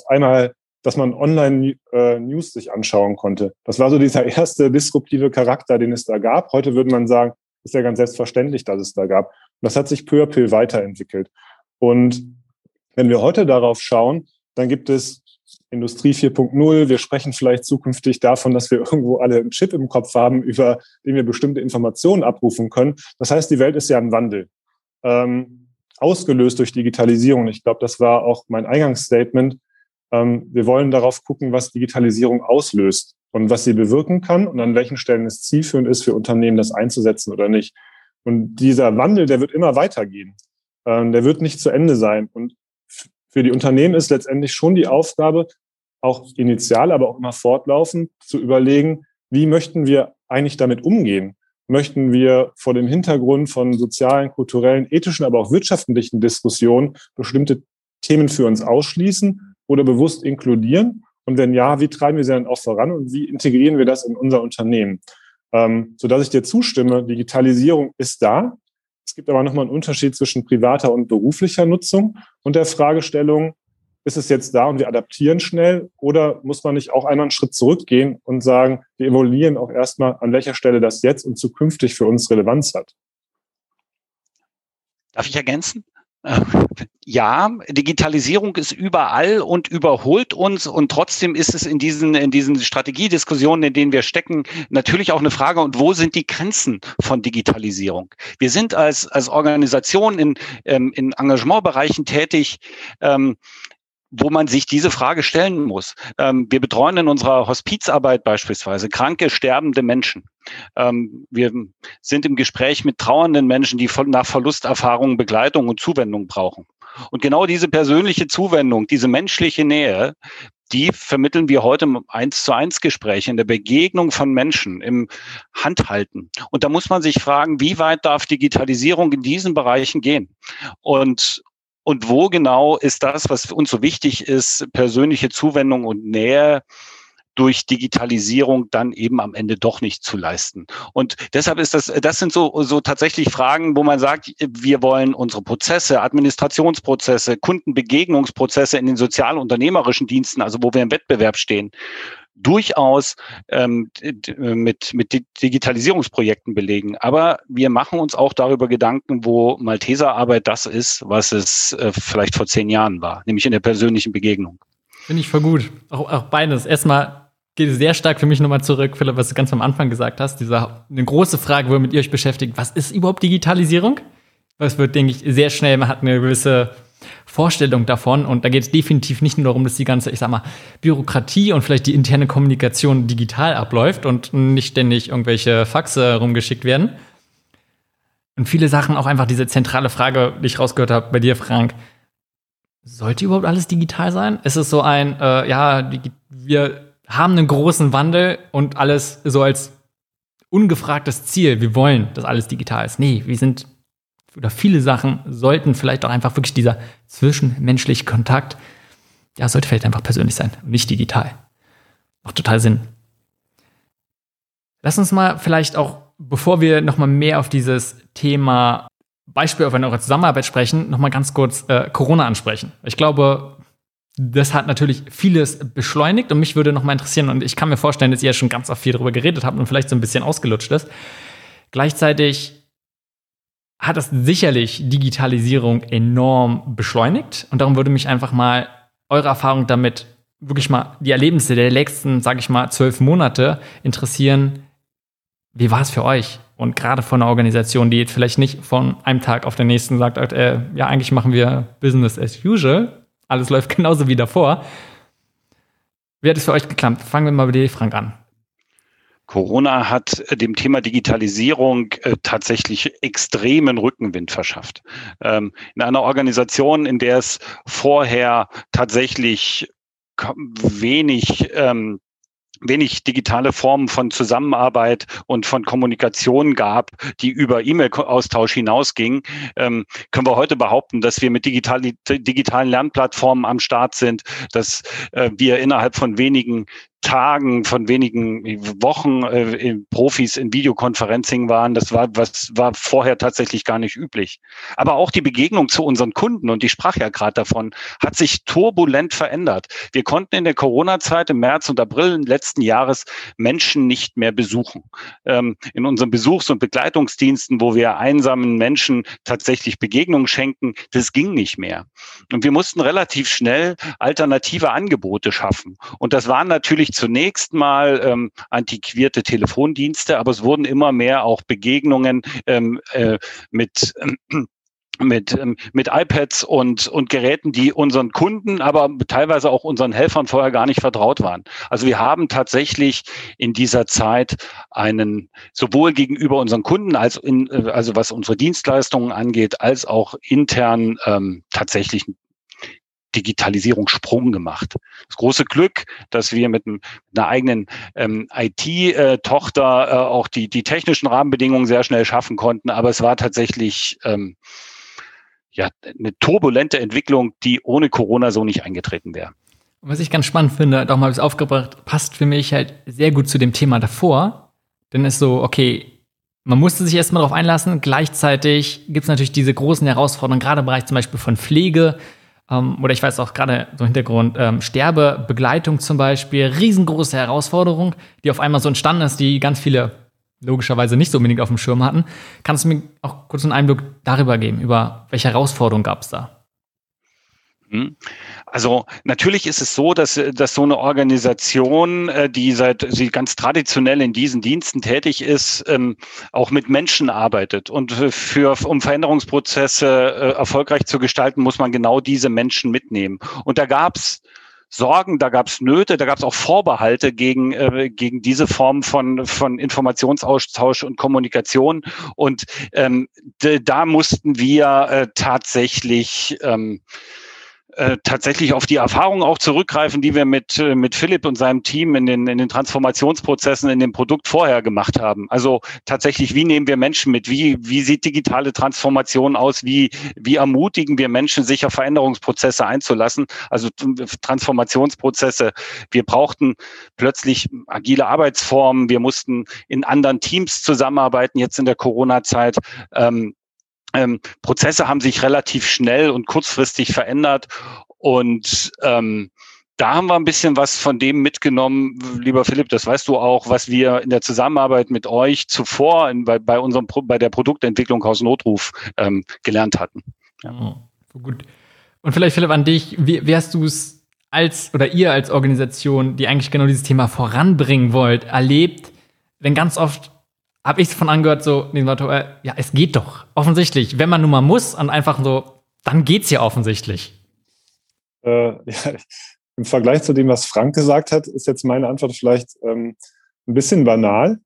dass man Online-News sich anschauen konnte. Das war so dieser erste disruptive Charakter, den es da gab. Heute würde man sagen, ist ja ganz selbstverständlich, dass es da gab. Und das hat sich peu à peu weiterentwickelt. Und wenn wir heute darauf schauen, dann gibt es Industrie 4.0. Wir sprechen vielleicht zukünftig davon, dass wir irgendwo alle einen Chip im Kopf haben, über den wir bestimmte Informationen abrufen können. Das heißt, die Welt ist ja im Wandel. Ausgelöst durch Digitalisierung. Ich glaube, das war auch mein Eingangsstatement. Wir wollen darauf gucken, was Digitalisierung auslöst und was sie bewirken kann und an welchen Stellen es zielführend ist, für Unternehmen das einzusetzen oder nicht. Und dieser Wandel, der wird immer weitergehen. Der wird nicht zu Ende sein. Und für die Unternehmen ist letztendlich schon die Aufgabe, auch initial, aber auch immer fortlaufend zu überlegen, wie möchten wir eigentlich damit umgehen? Möchten wir vor dem Hintergrund von sozialen, kulturellen, ethischen, aber auch wirtschaftlichen Diskussionen bestimmte Themen für uns ausschließen oder bewusst inkludieren? Und wenn ja, wie treiben wir sie dann auch voran und wie integrieren wir das in unser Unternehmen? Sodass ich dir zustimme, Digitalisierung ist da. Es gibt aber nochmal einen Unterschied zwischen privater und beruflicher Nutzung und der Fragestellung, ist es jetzt da und wir adaptieren schnell oder muss man nicht auch einmal einen Schritt zurückgehen und sagen, wir evaluieren auch erstmal, an welcher Stelle das jetzt und zukünftig für uns Relevanz hat? Darf ich ergänzen? Ja, Digitalisierung ist überall und überholt uns und trotzdem ist es in diesen Strategiediskussionen, in denen wir stecken, natürlich auch eine Frage, und wo sind die Grenzen von Digitalisierung? Wir sind als Organisation in Engagementbereichen tätig, wo man sich diese Frage stellen muss. Wir betreuen in unserer Hospizarbeit beispielsweise kranke, sterbende Menschen. Wir sind im Gespräch mit trauernden Menschen, die nach Verlusterfahrungen Begleitung und Zuwendung brauchen. Und genau diese persönliche Zuwendung, diese menschliche Nähe, die vermitteln wir heute im 1:1 Gespräch, in der Begegnung von Menschen, im Handhalten. Und da muss man sich fragen, wie weit darf Digitalisierung in diesen Bereichen gehen? Und wo genau ist das, was für uns so wichtig ist, persönliche Zuwendung und Nähe durch Digitalisierung dann eben am Ende doch nicht zu leisten. Und deshalb ist das sind so tatsächlich Fragen, wo man sagt, wir wollen unsere Prozesse, Administrationsprozesse, Kundenbegegnungsprozesse in den sozial-unternehmerischen Diensten, also wo wir im Wettbewerb stehen, durchaus mit Digitalisierungsprojekten belegen. Aber wir machen uns auch darüber Gedanken, wo Malteserarbeit das ist, was es vielleicht vor 10 Jahren war, nämlich in der persönlichen Begegnung. Finde ich voll gut. Auch beides. Erstmal geht es sehr stark für mich nochmal zurück, Philipp, was du ganz am Anfang gesagt hast. Eine große Frage, womit ihr euch beschäftigt. Was ist überhaupt Digitalisierung? Das wird, denke ich, sehr schnell, man hat eine gewisse Vorstellung davon. Und da geht es definitiv nicht nur darum, dass die ganze, Bürokratie und vielleicht die interne Kommunikation digital abläuft und nicht ständig irgendwelche Faxe rumgeschickt werden. Und viele Sachen auch einfach diese zentrale Frage, die ich rausgehört habe bei dir, Frank. Sollte überhaupt alles digital sein? Ist es so wir haben einen großen Wandel und alles so als ungefragtes Ziel. Wir wollen, dass alles digital ist. Nee, viele Sachen sollten vielleicht auch einfach wirklich dieser zwischenmenschliche Kontakt, sollte vielleicht einfach persönlich sein und nicht digital. Macht total Sinn. Lass uns mal vielleicht auch, bevor wir noch mal mehr auf dieses Thema Beispiel auf eine Zusammenarbeit sprechen, noch mal ganz kurz Corona ansprechen. Ich glaube, das hat natürlich vieles beschleunigt und mich würde noch mal interessieren, und ich kann mir vorstellen, dass ihr ja schon ganz viel darüber geredet habt und vielleicht so ein bisschen ausgelutscht ist. Gleichzeitig hat das sicherlich Digitalisierung enorm beschleunigt. Und darum würde mich einfach mal eure Erfahrung damit, wirklich mal die Erlebnisse der letzten, sage ich mal, 12 Monate interessieren. Wie war es für euch? Und gerade von einer Organisation, die jetzt vielleicht nicht von einem Tag auf den nächsten sagt, ja, eigentlich machen wir Business as usual. Alles läuft genauso wie davor. Wie hat es für euch geklappt? Fangen wir mal bei dir, Frank, an. Corona hat dem Thema Digitalisierung tatsächlich extremen Rückenwind verschafft. In einer Organisation, in der es vorher tatsächlich wenig digitale Formen von Zusammenarbeit und von Kommunikation gab, die über E-Mail-Austausch hinausgingen, können wir heute behaupten, dass wir mit digitalen Lernplattformen am Start sind, dass wir innerhalb von wenigen Tagen, von wenigen Wochen Profis in Videoconferencing waren. Das war vorher tatsächlich gar nicht üblich. Aber auch die Begegnung zu unseren Kunden, und ich sprach ja gerade davon, hat sich turbulent verändert. Wir konnten in der Corona-Zeit im März und April letzten Jahres Menschen nicht mehr besuchen. In unseren Besuchs- und Begleitungsdiensten, wo wir einsamen Menschen tatsächlich Begegnungen schenken, das ging nicht mehr. Und wir mussten relativ schnell alternative Angebote schaffen. Und das waren natürlich zunächst mal antiquierte Telefondienste, aber es wurden immer mehr auch Begegnungen mit iPads und Geräten, die unseren Kunden, aber teilweise auch unseren Helfern vorher gar nicht vertraut waren. Also wir haben tatsächlich in dieser Zeit sowohl gegenüber unseren Kunden also was unsere Dienstleistungen angeht, als auch intern tatsächlich Digitalisierungssprung gemacht. Das große Glück, dass wir mit einer eigenen IT-Tochter auch die technischen Rahmenbedingungen sehr schnell schaffen konnten, aber es war tatsächlich eine turbulente Entwicklung, die ohne Corona so nicht eingetreten wäre. Und was ich ganz spannend finde, darum habe ich es aufgebracht, passt für mich halt sehr gut zu dem Thema davor. Denn es ist so, okay, man musste sich erstmal darauf einlassen. Gleichzeitig gibt es natürlich diese großen Herausforderungen, gerade im Bereich zum Beispiel von Pflege, oder ich weiß auch gerade so Hintergrund, Sterbebegleitung zum Beispiel, riesengroße Herausforderung, die auf einmal so entstanden ist, die ganz viele logischerweise nicht so unbedingt auf dem Schirm hatten. Kannst du mir auch kurz einen Einblick darüber geben, über welche Herausforderungen gab es da? Also natürlich ist es so, dass so eine Organisation, die ganz traditionell in diesen Diensten tätig ist, auch mit Menschen arbeitet. Und um Veränderungsprozesse erfolgreich zu gestalten, muss man genau diese Menschen mitnehmen. Und da gab es Sorgen, da gab es Nöte, da gab es auch Vorbehalte gegen diese Form von Informationsaustausch und Kommunikation. Und da mussten wir tatsächlich auf die Erfahrung auch zurückgreifen, die wir mit Philipp und seinem Team in den Transformationsprozessen in dem Produkt vorher gemacht haben. Also tatsächlich, wie nehmen wir Menschen mit? Wie sieht digitale Transformation aus? Wie ermutigen wir Menschen, sich auf Veränderungsprozesse einzulassen? Also Transformationsprozesse. Wir brauchten plötzlich agile Arbeitsformen. Wir mussten in anderen Teams zusammenarbeiten, jetzt in der Corona-Zeit. Prozesse haben sich relativ schnell und kurzfristig verändert und da haben wir ein bisschen was von dem mitgenommen, lieber Philipp, das weißt du auch, was wir in der Zusammenarbeit mit euch zuvor bei der Produktentwicklung Haus Notruf gelernt hatten. Ja. Oh, gut. Und vielleicht, Philipp, an dich, wie hast du es ihr als Organisation, die eigentlich genau dieses Thema voranbringen wollt, erlebt, wenn ganz oft habe ich es von angehört, so, ja, es geht doch. Offensichtlich. Wenn man nun mal muss und einfach so, dann geht's ja offensichtlich. Ja, im Vergleich zu dem, was Frank gesagt hat, ist jetzt meine Antwort vielleicht ein bisschen banal.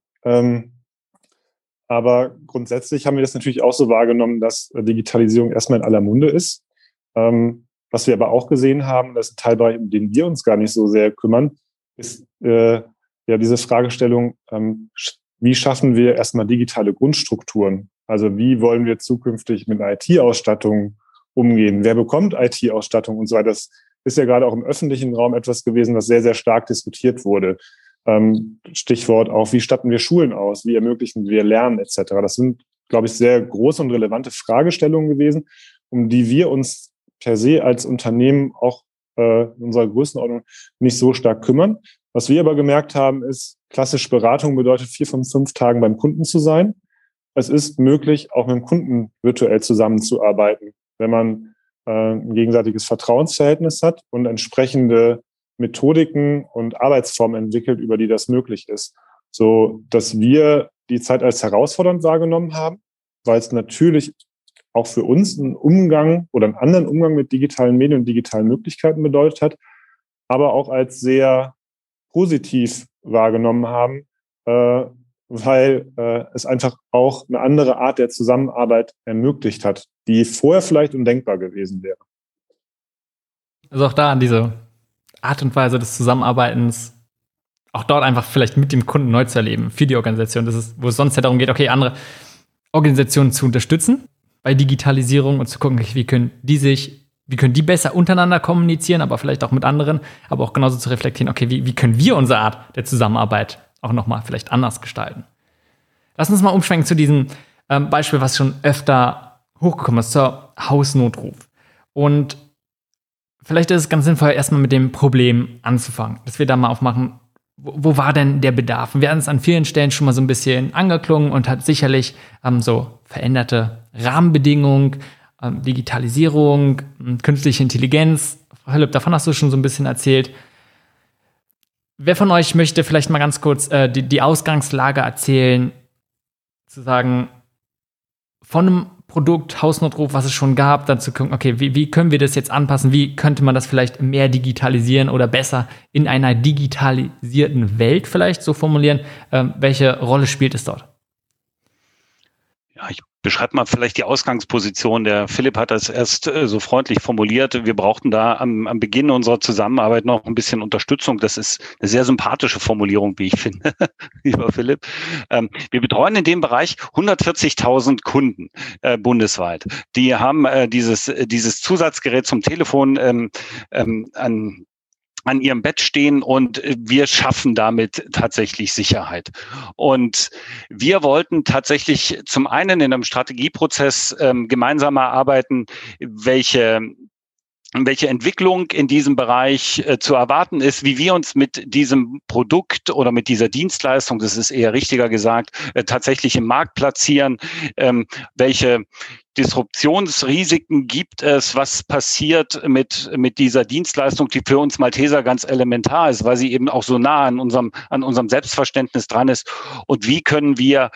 Aber grundsätzlich haben wir das natürlich auch so wahrgenommen, dass Digitalisierung erstmal in aller Munde ist. Was wir aber auch gesehen haben, das ist ein Teilbereich, um den wir uns gar nicht so sehr kümmern, ist diese Fragestellung, wie schaffen wir erstmal digitale Grundstrukturen? Also wie wollen wir zukünftig mit IT-Ausstattung umgehen? Wer bekommt IT-Ausstattung und so weiter? Das ist ja gerade auch im öffentlichen Raum etwas gewesen, was sehr, sehr stark diskutiert wurde. Stichwort auch, wie statten wir Schulen aus? Wie ermöglichen wir Lernen etc.? Das sind, glaube ich, sehr große und relevante Fragestellungen gewesen, um die wir uns per se als Unternehmen auch in unserer Größenordnung nicht so stark kümmern. Was wir aber gemerkt haben, ist, klassische Beratung bedeutet 4 von 5 Tagen beim Kunden zu sein. es ist möglich, auch mit dem Kunden virtuell zusammenzuarbeiten, wenn man ein gegenseitiges Vertrauensverhältnis hat und entsprechende Methodiken und Arbeitsformen entwickelt, über die das möglich ist. So dass wir die Zeit als herausfordernd wahrgenommen haben, weil es natürlich auch für uns einen Umgang oder einen anderen Umgang mit digitalen Medien und digitalen Möglichkeiten bedeutet hat, aber auch als sehr positiv wahrgenommen haben, weil es einfach auch eine andere Art der Zusammenarbeit ermöglicht hat, die vorher vielleicht undenkbar gewesen wäre. Also auch da diese Art und Weise des Zusammenarbeitens, auch dort einfach vielleicht mit dem Kunden neu zu erleben für die Organisation. Das ist, wo es sonst ja darum geht, okay, andere Organisationen zu unterstützen bei Digitalisierung und zu gucken, wie können die besser untereinander kommunizieren, aber vielleicht auch mit anderen, aber auch genauso zu reflektieren, okay, wie können wir unsere Art der Zusammenarbeit auch nochmal vielleicht anders gestalten. Lass uns mal umschwenken zu diesem Beispiel, was schon öfter hochgekommen ist, zur Hausnotruf. Und vielleicht ist es ganz sinnvoll, erstmal mit dem Problem anzufangen, dass wir da mal aufmachen, wo war denn der Bedarf? Wir hatten es an vielen Stellen schon mal so ein bisschen angeklungen und hat sicherlich so veränderte Rahmenbedingungen, Digitalisierung, künstliche Intelligenz. Philipp, davon hast du schon so ein bisschen erzählt. Wer von euch möchte vielleicht mal ganz kurz die Ausgangslage erzählen, zu sagen, von einem Produkt, Hausnotruf, was es schon gab, dann zu gucken, okay, wie können wir das jetzt anpassen? Wie könnte man das vielleicht mehr digitalisieren oder besser in einer digitalisierten Welt vielleicht so formulieren? Welche Rolle spielt es dort? Ja, ich beschreibe mal vielleicht die Ausgangsposition. Der Philipp hat das erst so freundlich formuliert. Wir brauchten da am Beginn unserer Zusammenarbeit noch ein bisschen Unterstützung. Das ist eine sehr sympathische Formulierung, wie ich finde, lieber Philipp. Wir betreuen in dem Bereich 140.000 Kunden bundesweit. Die haben dieses Zusatzgerät zum Telefon an ihrem Bett stehen und wir schaffen damit tatsächlich Sicherheit. Und wir wollten tatsächlich zum einen in einem Strategieprozess gemeinsam erarbeiten, welche Entwicklung in diesem Bereich zu erwarten ist, wie wir uns mit diesem Produkt oder mit dieser Dienstleistung, das ist eher richtiger gesagt, tatsächlich im Markt platzieren, welche Disruptionsrisiken gibt es, was passiert mit dieser Dienstleistung, die für uns Malteser ganz elementar ist, weil sie eben auch so nah an unserem Selbstverständnis dran ist. Und wie können wir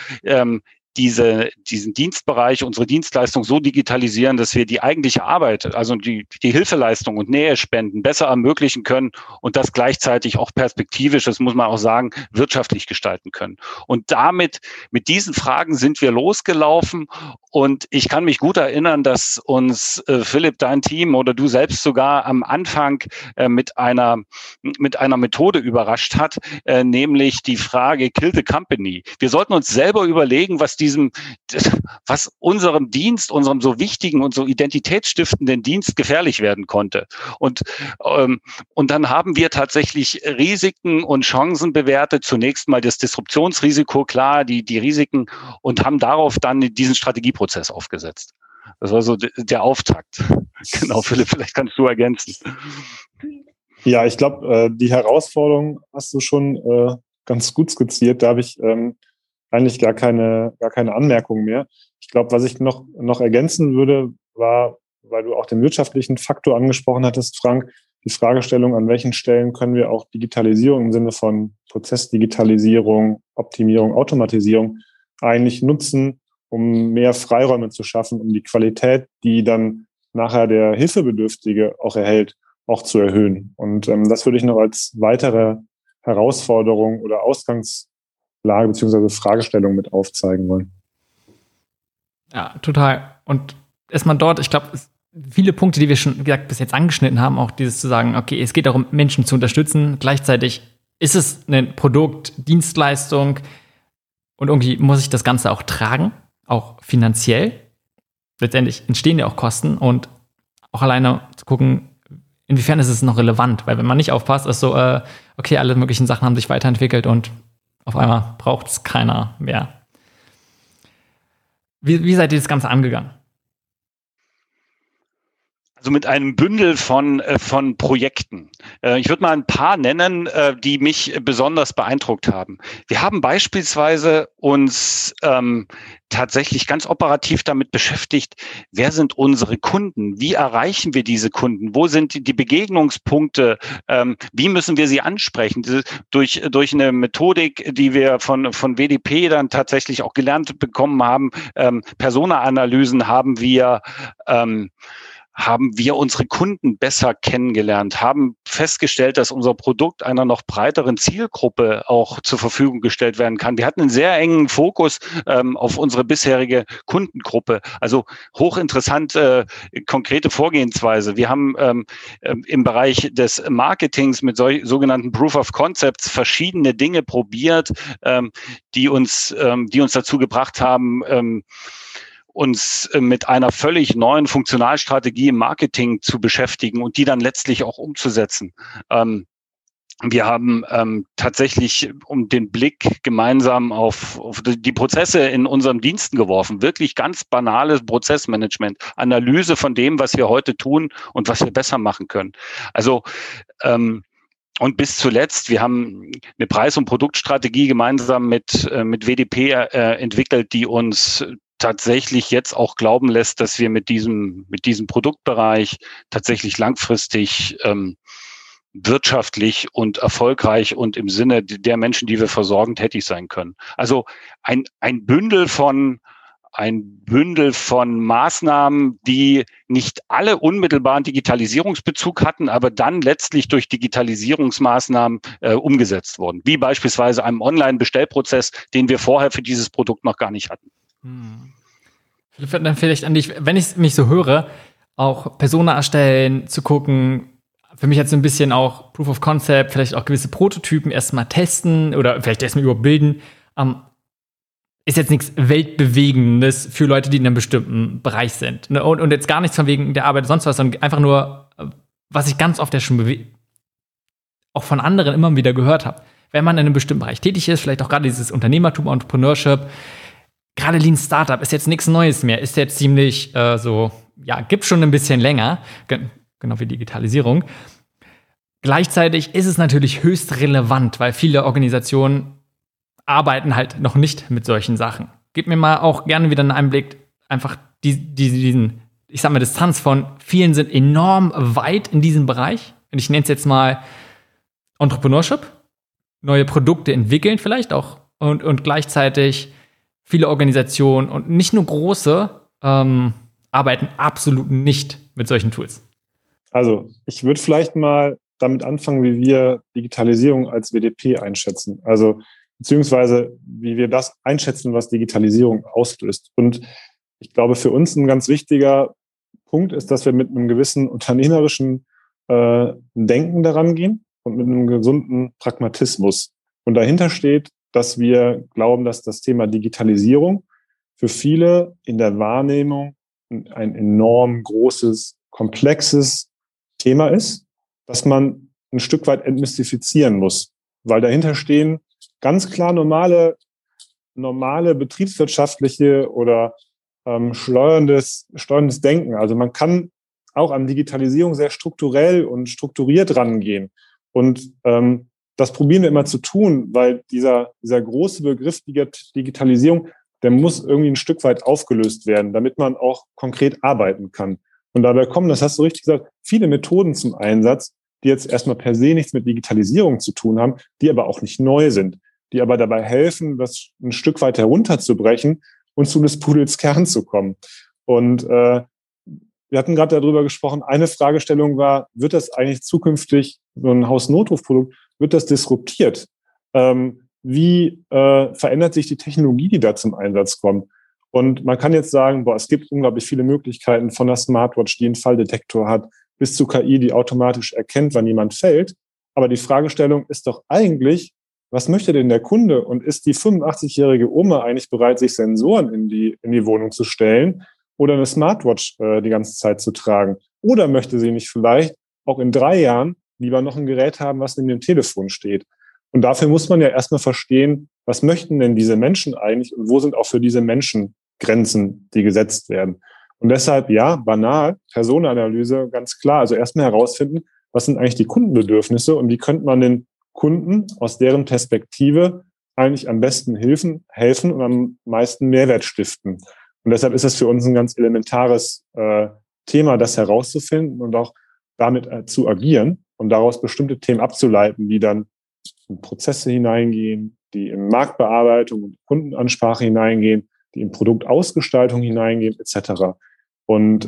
diesen Dienstbereich, unsere Dienstleistung so digitalisieren, dass wir die eigentliche Arbeit, also die Hilfeleistung und Nähespenden besser ermöglichen können und das gleichzeitig auch perspektivisch, das muss man auch sagen, wirtschaftlich gestalten können. Und mit diesen Fragen sind wir losgelaufen und ich kann mich gut erinnern, dass uns Philipp, dein Team oder du selbst sogar am Anfang mit einer Methode überrascht hat, nämlich die Frage Kill the Company. Wir sollten uns selber überlegen, was unserem Dienst, unserem so wichtigen und so identitätsstiftenden Dienst gefährlich werden konnte. Und dann haben wir tatsächlich Risiken und Chancen bewertet. Zunächst mal das Disruptionsrisiko, klar, die Risiken und haben darauf dann diesen Strategieprozess aufgesetzt. Das war so der Auftakt. Genau, Philipp, vielleicht kannst du ergänzen. Ja, ich glaube, die Herausforderung hast du schon ganz gut skizziert. Da habe ich eigentlich gar keine Anmerkung mehr. Ich glaube, was ich noch ergänzen würde, war, weil du auch den wirtschaftlichen Faktor angesprochen hattest, Frank, die Fragestellung, an welchen Stellen können wir auch Digitalisierung im Sinne von Prozessdigitalisierung, Optimierung, Automatisierung eigentlich nutzen, um mehr Freiräume zu schaffen, um die Qualität, die dann nachher der Hilfebedürftige auch erhält, auch zu erhöhen. Und das würde ich noch als weitere Herausforderung oder Ausgangslage bzw. Fragestellung mit aufzeigen wollen. Ja, total. Und erstmal dort, ich glaube, viele Punkte, die wir schon, wie gesagt, bis jetzt angeschnitten haben, auch dieses zu sagen, okay, es geht darum, Menschen zu unterstützen. Gleichzeitig ist es ein Produkt, Dienstleistung und irgendwie muss ich das Ganze auch tragen, auch finanziell. Letztendlich entstehen ja auch Kosten und auch alleine zu gucken, inwiefern ist es noch relevant, weil wenn man nicht aufpasst, ist so, okay, alle möglichen Sachen haben sich weiterentwickelt und auf einmal braucht es keiner mehr. Wie seid ihr das Ganze angegangen? Also mit einem Bündel von Projekten. Ich würde mal ein paar nennen, die mich besonders beeindruckt haben. Wir haben beispielsweise uns tatsächlich ganz operativ damit beschäftigt, wer sind unsere Kunden? Wie erreichen wir diese Kunden? Wo sind die Begegnungspunkte? Wie müssen wir sie ansprechen? Durch eine Methodik, die wir von WDP dann tatsächlich auch gelernt bekommen haben, Persona-Analysen haben wir unsere Kunden besser kennengelernt, haben festgestellt, dass unser Produkt einer noch breiteren Zielgruppe auch zur Verfügung gestellt werden kann. Wir hatten einen sehr engen Fokus auf unsere bisherige Kundengruppe. Also hochinteressant, konkrete Vorgehensweise. Wir haben im Bereich des Marketings mit sogenannten Proof of Concepts verschiedene Dinge probiert, die uns dazu gebracht haben, uns mit einer völlig neuen Funktionalstrategie im Marketing zu beschäftigen und die dann letztlich auch umzusetzen. Wir haben tatsächlich den Blick gemeinsam auf die Prozesse in unseren Diensten geworfen. Wirklich ganz banales Prozessmanagement, Analyse von dem, was wir heute tun und was wir besser machen können. Also und bis zuletzt, wir haben eine Preis- und Produktstrategie gemeinsam mit WDP entwickelt, die uns tatsächlich jetzt auch glauben lässt, dass wir mit diesem Produktbereich tatsächlich langfristig wirtschaftlich und erfolgreich und im Sinne der Menschen, die wir versorgen, tätig sein können. Also ein Bündel von Maßnahmen, die nicht alle unmittelbaren Digitalisierungsbezug hatten, aber dann letztlich durch Digitalisierungsmaßnahmen umgesetzt wurden. Wie beispielsweise einem Online-Bestellprozess, den wir vorher für dieses Produkt noch gar nicht hatten. Dann vielleicht an dich, wenn ich mich so höre, auch Persona erstellen, zu gucken, für mich jetzt so ein bisschen auch Proof of Concept, vielleicht auch gewisse Prototypen erstmal testen oder vielleicht erstmal überhaupt bilden, ist jetzt nichts Weltbewegendes für Leute, die in einem bestimmten Bereich sind. Und jetzt gar nichts von wegen der Arbeit oder sonst was, sondern einfach nur, was ich ganz oft ja schon auch von anderen immer wieder gehört habe. Wenn man in einem bestimmten Bereich tätig ist, vielleicht auch gerade dieses Unternehmertum, Entrepreneurship, gerade Lean Startup ist jetzt nichts Neues mehr, ist jetzt ziemlich gibt schon ein bisschen länger, genau wie Digitalisierung. Gleichzeitig ist es natürlich höchst relevant, weil viele Organisationen arbeiten halt noch nicht mit solchen Sachen. Gib mir mal auch gerne wieder einen Einblick, einfach diesen, ich sag mal, Distanz von vielen sind enorm weit in diesem Bereich. Und ich nenne es jetzt mal Entrepreneurship, neue Produkte entwickeln vielleicht auch und gleichzeitig viele Organisationen und nicht nur große arbeiten absolut nicht mit solchen Tools. Also ich würde vielleicht mal damit anfangen, wie wir Digitalisierung als WDP einschätzen. Also beziehungsweise wie wir das einschätzen, was Digitalisierung auslöst. Und ich glaube, für uns ein ganz wichtiger Punkt ist, dass wir mit einem gewissen unternehmerischen Denken daran gehen und mit einem gesunden Pragmatismus. Und dahinter steht, dass wir glauben, dass das Thema Digitalisierung für viele in der Wahrnehmung ein enorm großes, komplexes Thema ist, das man ein Stück weit entmystifizieren muss, weil dahinter stehen ganz klar normale betriebswirtschaftliche oder steuerndes Denken. Also man kann auch an Digitalisierung sehr strukturell und strukturiert rangehen. Und das probieren wir immer zu tun, weil dieser große Begriff Digitalisierung, der muss irgendwie ein Stück weit aufgelöst werden, damit man auch konkret arbeiten kann. Und dabei kommen, das hast du richtig gesagt, viele Methoden zum Einsatz, die jetzt erstmal per se nichts mit Digitalisierung zu tun haben, die aber auch nicht neu sind, die aber dabei helfen, das ein Stück weit herunterzubrechen und zu des Pudels Kern zu kommen. Und wir hatten gerade darüber gesprochen, eine Fragestellung war, wird das eigentlich zukünftig, so ein Hausnotrufprodukt, wird das disruptiert? Wie verändert sich die Technologie, die da zum Einsatz kommt? Und man kann jetzt sagen, es gibt unglaublich viele Möglichkeiten von der Smartwatch, die einen Falldetektor hat, bis zu KI, die automatisch erkennt, wann jemand fällt. Aber die Fragestellung ist doch eigentlich, was möchte denn der Kunde? Und ist die 85-jährige Oma eigentlich bereit, sich Sensoren in die Wohnung zu stellen oder eine Smartwatch die ganze Zeit zu tragen? Oder möchte sie nicht vielleicht auch in 3 Jahren lieber noch ein Gerät haben, was neben dem Telefon steht? Und dafür muss man ja erstmal verstehen, was möchten denn diese Menschen eigentlich und wo sind auch für diese Menschen Grenzen, die gesetzt werden? Und deshalb, ja, banal, Personenanalyse, ganz klar. Also erstmal herausfinden, was sind eigentlich die Kundenbedürfnisse und wie könnte man den Kunden aus deren Perspektive eigentlich am besten helfen und am meisten Mehrwert stiften. Und deshalb ist es für uns ein ganz elementares Thema, das herauszufinden und auch damit zu agieren und daraus bestimmte Themen abzuleiten, die dann in Prozesse hineingehen, die in Marktbearbeitung und Kundenansprache hineingehen, die in Produktausgestaltung hineingehen, etc. Und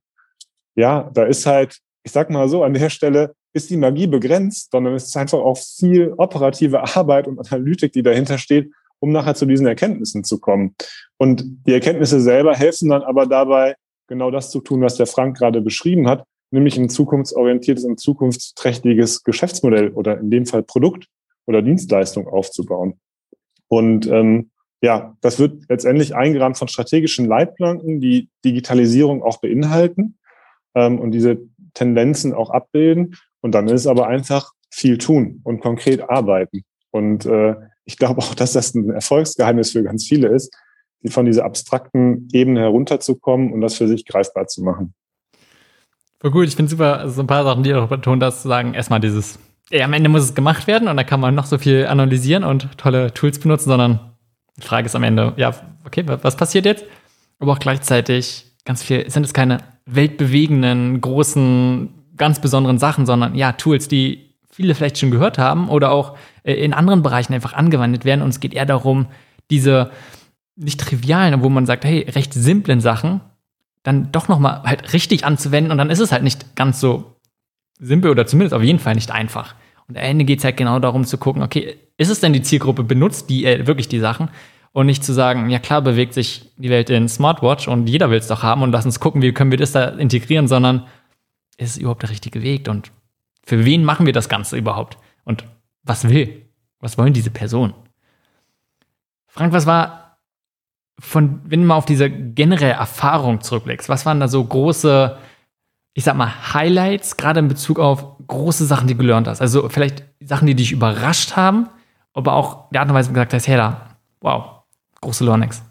ja, da ist halt, ich sag mal so, an der Stelle ist die Magie begrenzt, sondern es ist einfach auch viel operative Arbeit und Analytik, die dahinter steht, um nachher zu diesen Erkenntnissen zu kommen. Und die Erkenntnisse selber helfen dann aber dabei, genau das zu tun, was der Frank gerade beschrieben hat, nämlich ein zukunftsorientiertes und zukunftsträchtiges Geschäftsmodell oder in dem Fall Produkt oder Dienstleistung aufzubauen. Und ja, das wird letztendlich eingerahmt von strategischen Leitplanken, die Digitalisierung auch beinhalten und diese Tendenzen auch abbilden. Und dann ist es aber einfach viel tun und konkret arbeiten. Und ich glaube auch, dass das ein Erfolgsgeheimnis für ganz viele ist, die von dieser abstrakten Ebene herunterzukommen und das für sich greifbar zu machen. Voll gut, ich finde super, so ein paar Sachen, die du auch betont hast, zu sagen, erstmal dieses, am Ende muss es gemacht werden und da kann man noch so viel analysieren und tolle Tools benutzen, sondern die Frage ist am Ende, ja, okay, was passiert jetzt? Aber auch gleichzeitig ganz viel, sind es keine weltbewegenden, großen, ganz besonderen Sachen, sondern ja, Tools, die viele vielleicht schon gehört haben oder auch in anderen Bereichen einfach angewendet werden und es geht eher darum, diese nicht trivialen, wo man sagt, hey, recht simplen Sachen dann doch nochmal halt richtig anzuwenden und dann ist es halt nicht ganz so simpel oder zumindest auf jeden Fall nicht einfach. Und am Ende geht es halt genau darum zu gucken, okay, ist es denn die Zielgruppe, benutzt die wirklich die Sachen und nicht zu sagen, ja klar bewegt sich die Welt in Smartwatch und jeder will es doch haben und lass uns gucken, wie können wir das da integrieren, sondern ist es überhaupt der richtige Weg und für wen machen wir das Ganze überhaupt und was wollen diese Personen? Frank, was war wenn du mal auf diese generelle Erfahrung zurückblickst, was waren da so große, ich sag mal, Highlights, gerade in Bezug auf große Sachen, die du gelernt hast? Also vielleicht Sachen, die dich überrascht haben, aber auch die Art und Weise gesagt hast, hey, wow, große Learnings.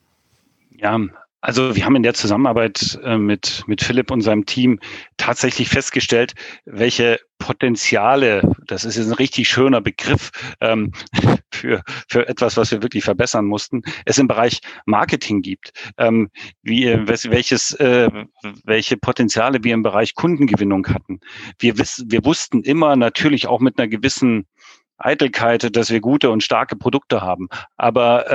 Ja, also wir haben in der Zusammenarbeit mit Philipp und seinem Team tatsächlich festgestellt, welche Potenziale, das ist jetzt ein richtig schöner Begriff für etwas, was wir wirklich verbessern mussten, es im Bereich Marketing gibt, welche Potenziale wir im Bereich Kundengewinnung hatten. Wir wussten immer natürlich auch mit einer gewissen Eitelkeit, dass wir gute und starke Produkte haben, aber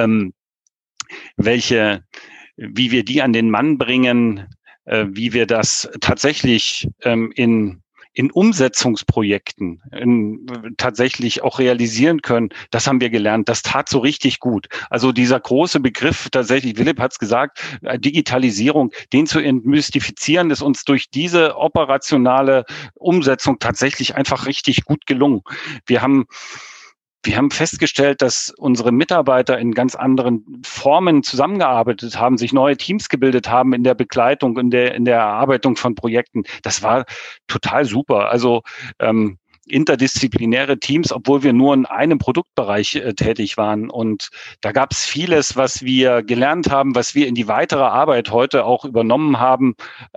wie wir die an den Mann bringen, wie wir das tatsächlich in Umsetzungsprojekten tatsächlich auch realisieren können, das haben wir gelernt. Das tat so richtig gut. Also dieser große Begriff tatsächlich, Philipp hat es gesagt, Digitalisierung, den zu entmystifizieren, ist uns durch diese operationale Umsetzung tatsächlich einfach richtig gut gelungen. Wir haben festgestellt, dass unsere Mitarbeiter in ganz anderen Formen zusammengearbeitet haben, sich neue Teams gebildet haben in der Begleitung, in der Erarbeitung von Projekten. Das war total super. Also interdisziplinäre Teams, obwohl wir nur in einem Produktbereich tätig waren. Und da gab es vieles, was wir gelernt haben, was wir in die weitere Arbeit heute auch übernommen haben.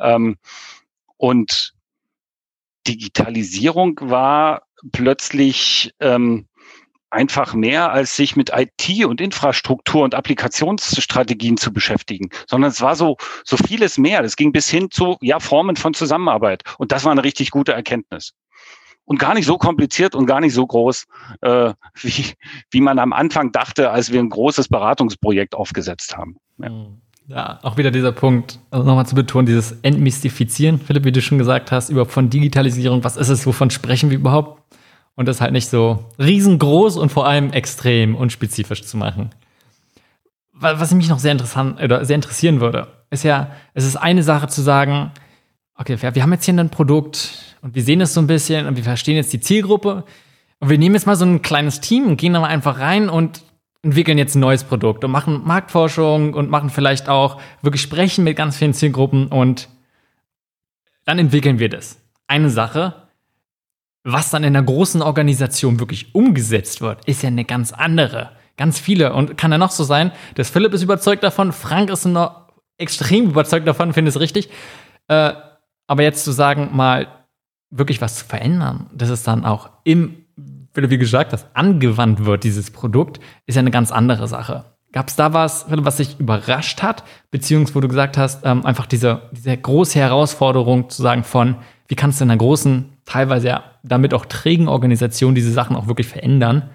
Und Digitalisierung war plötzlich einfach mehr, als sich mit IT und Infrastruktur und Applikationsstrategien zu beschäftigen, sondern es war so vieles mehr. Es ging bis hin zu Formen von Zusammenarbeit. Und das war eine richtig gute Erkenntnis. Und gar nicht so kompliziert und gar nicht so groß, wie man am Anfang dachte, als wir ein großes Beratungsprojekt aufgesetzt haben. Ja, auch wieder dieser Punkt, also nochmal zu betonen, dieses Entmystifizieren, Philipp, wie du schon gesagt hast, überhaupt von Digitalisierung, was ist es, wovon sprechen wir überhaupt? Und das halt nicht so riesengroß und vor allem extrem und spezifisch zu machen. Was mich noch sehr interessieren würde, ist ja, es ist eine Sache zu sagen, okay, wir haben jetzt hier ein Produkt und wir sehen es so ein bisschen und wir verstehen jetzt die Zielgruppe und wir nehmen jetzt mal so ein kleines Team und gehen da mal einfach rein und entwickeln jetzt ein neues Produkt und machen Marktforschung und machen vielleicht auch wirklich Sprechen mit ganz vielen Zielgruppen und dann entwickeln wir das. Eine Sache. Was dann in einer großen Organisation wirklich umgesetzt wird, ist ja eine ganz andere. Ganz viele. Und kann ja noch so sein, dass Philipp ist überzeugt davon, Frank ist noch extrem überzeugt davon, finde es richtig. Aber jetzt zu sagen, mal wirklich was zu verändern, dass es dann auch wie du gesagt hast, angewandt wird, dieses Produkt, ist ja eine ganz andere Sache. Gab es da was dich überrascht hat, beziehungsweise wo du gesagt hast, einfach diese große Herausforderung zu sagen wie kannst du in einer großen, teilweise ja damit auch trägen Organisation diese Sachen auch wirklich verändern?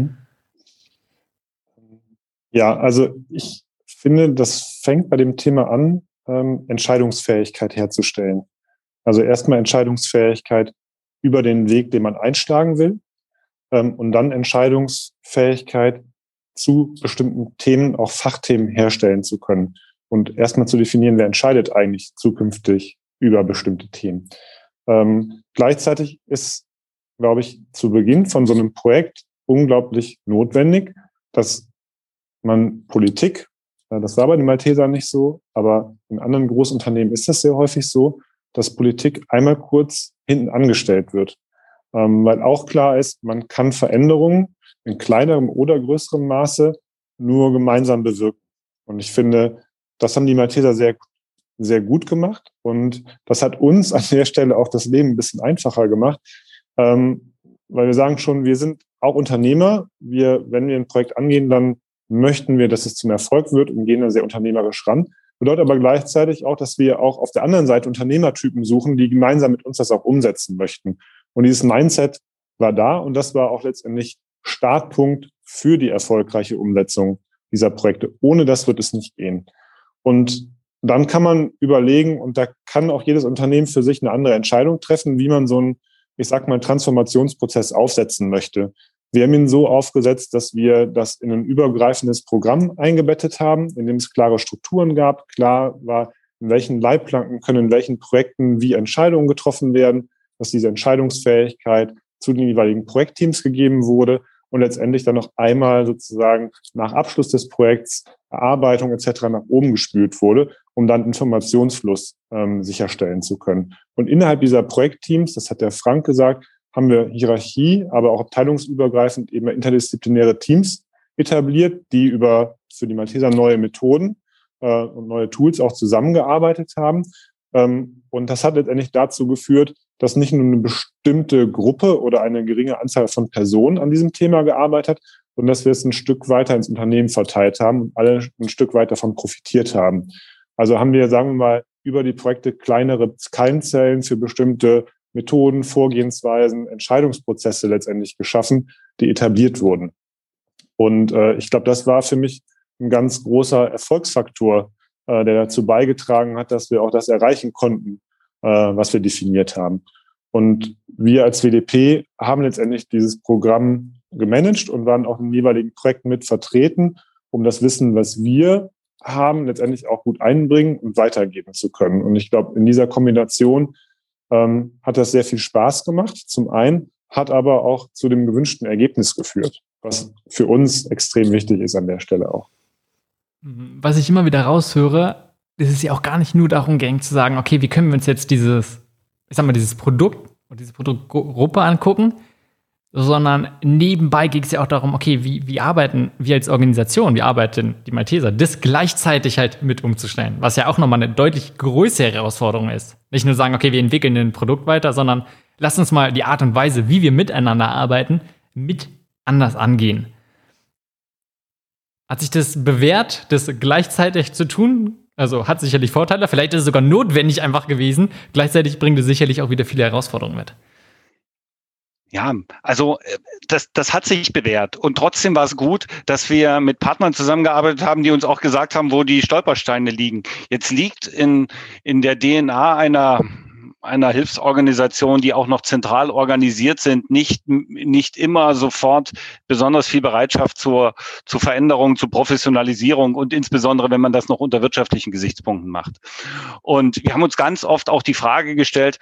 Ja, also ich finde, das fängt bei dem Thema an, Entscheidungsfähigkeit herzustellen. Also erstmal Entscheidungsfähigkeit über den Weg, den man einschlagen will, und dann Entscheidungsfähigkeit zu bestimmten Themen, auch Fachthemen herstellen zu können und erstmal zu definieren, wer entscheidet eigentlich zukünftig über bestimmte Themen. Gleichzeitig ist, glaube ich, zu Beginn von so einem Projekt unglaublich notwendig, dass man Politik, das war bei den Maltesern nicht so, aber in anderen Großunternehmen ist das sehr häufig so, dass Politik einmal kurz hinten angestellt wird. Weil auch klar ist, man kann Veränderungen in kleinerem oder größerem Maße nur gemeinsam bewirken. Und ich finde, das haben die Malteser sehr, sehr gut gemacht. Und das hat uns an der Stelle auch das Leben ein bisschen einfacher gemacht. Weil wir sagen schon, wir sind auch Unternehmer. Wenn wir ein Projekt angehen, dann möchten wir, dass es zum Erfolg wird und gehen da sehr unternehmerisch ran. Bedeutet aber gleichzeitig auch, dass wir auch auf der anderen Seite Unternehmertypen suchen, die gemeinsam mit uns das auch umsetzen möchten. Und dieses Mindset war da und das war auch letztendlich Startpunkt für die erfolgreiche Umsetzung dieser Projekte. Ohne das wird es nicht gehen. Und dann kann man überlegen, und da kann auch jedes Unternehmen für sich eine andere Entscheidung treffen, wie man so einen, Transformationsprozess aufsetzen möchte. Wir haben ihn so aufgesetzt, dass wir das in ein übergreifendes Programm eingebettet haben, in dem es klare Strukturen gab. Klar war, in welchen Leitplanken können in welchen Projekten wie Entscheidungen getroffen werden, dass diese Entscheidungsfähigkeit zu den jeweiligen Projektteams gegeben wurde und letztendlich dann noch einmal sozusagen nach Abschluss des Projekts Erarbeitung etc. nach oben gespült wurde, um dann Informationsfluss sicherstellen zu können. Und innerhalb dieser Projektteams, das hat der Frank gesagt, haben wir Hierarchie, aber auch abteilungsübergreifend eben interdisziplinäre Teams etabliert, die für die Malteser neue Methoden und neue Tools auch zusammengearbeitet haben. Und das hat letztendlich dazu geführt, dass nicht nur eine bestimmte Gruppe oder eine geringe Anzahl von Personen an diesem Thema gearbeitet hat, sondern dass wir es ein Stück weiter ins Unternehmen verteilt haben und alle ein Stück weit davon profitiert haben. Also haben wir, sagen wir mal, über die Projekte kleinere Keimzellen für bestimmte Methoden, Vorgehensweisen, Entscheidungsprozesse letztendlich geschaffen, die etabliert wurden. Und ich glaube, das war für mich ein ganz großer Erfolgsfaktor, der dazu beigetragen hat, dass wir auch das erreichen konnten, was wir definiert haben. Und wir als WDP haben letztendlich dieses Programm gemanagt und waren auch in den jeweiligen Projekten mit vertreten, um das Wissen, was wir haben, letztendlich auch gut einbringen und weitergeben zu können. Und ich glaube, in dieser Kombination hat das sehr viel Spaß gemacht. Zum einen hat aber auch zu dem gewünschten Ergebnis geführt, was für uns extrem wichtig ist an der Stelle auch. Was ich immer wieder raushöre, ist es ja auch gar nicht nur darum ging zu sagen, okay, wie können wir uns jetzt dieses Produkt und diese Produktgruppe angucken, sondern nebenbei ging es ja auch darum, okay, wie arbeiten wir als Organisation, wie arbeiten die Malteser, das gleichzeitig halt mit umzustellen, was ja auch nochmal eine deutlich größere Herausforderung ist. Nicht nur sagen, okay, wir entwickeln ein Produkt weiter, sondern lass uns mal die Art und Weise, wie wir miteinander arbeiten, mit anders angehen. Hat sich das bewährt, das gleichzeitig zu tun? Also hat sicherlich Vorteile, vielleicht ist es sogar notwendig einfach gewesen. Gleichzeitig bringt es sicherlich auch wieder viele Herausforderungen mit. Ja, also das hat sich bewährt. Und trotzdem war es gut, dass wir mit Partnern zusammengearbeitet haben, die uns auch gesagt haben, wo die Stolpersteine liegen. Jetzt liegt in der DNA einer Hilfsorganisation, die auch noch zentral organisiert sind, nicht immer sofort besonders viel Bereitschaft zur Veränderung, zur Professionalisierung und insbesondere, wenn man das noch unter wirtschaftlichen Gesichtspunkten macht. Und wir haben uns ganz oft auch die Frage gestellt,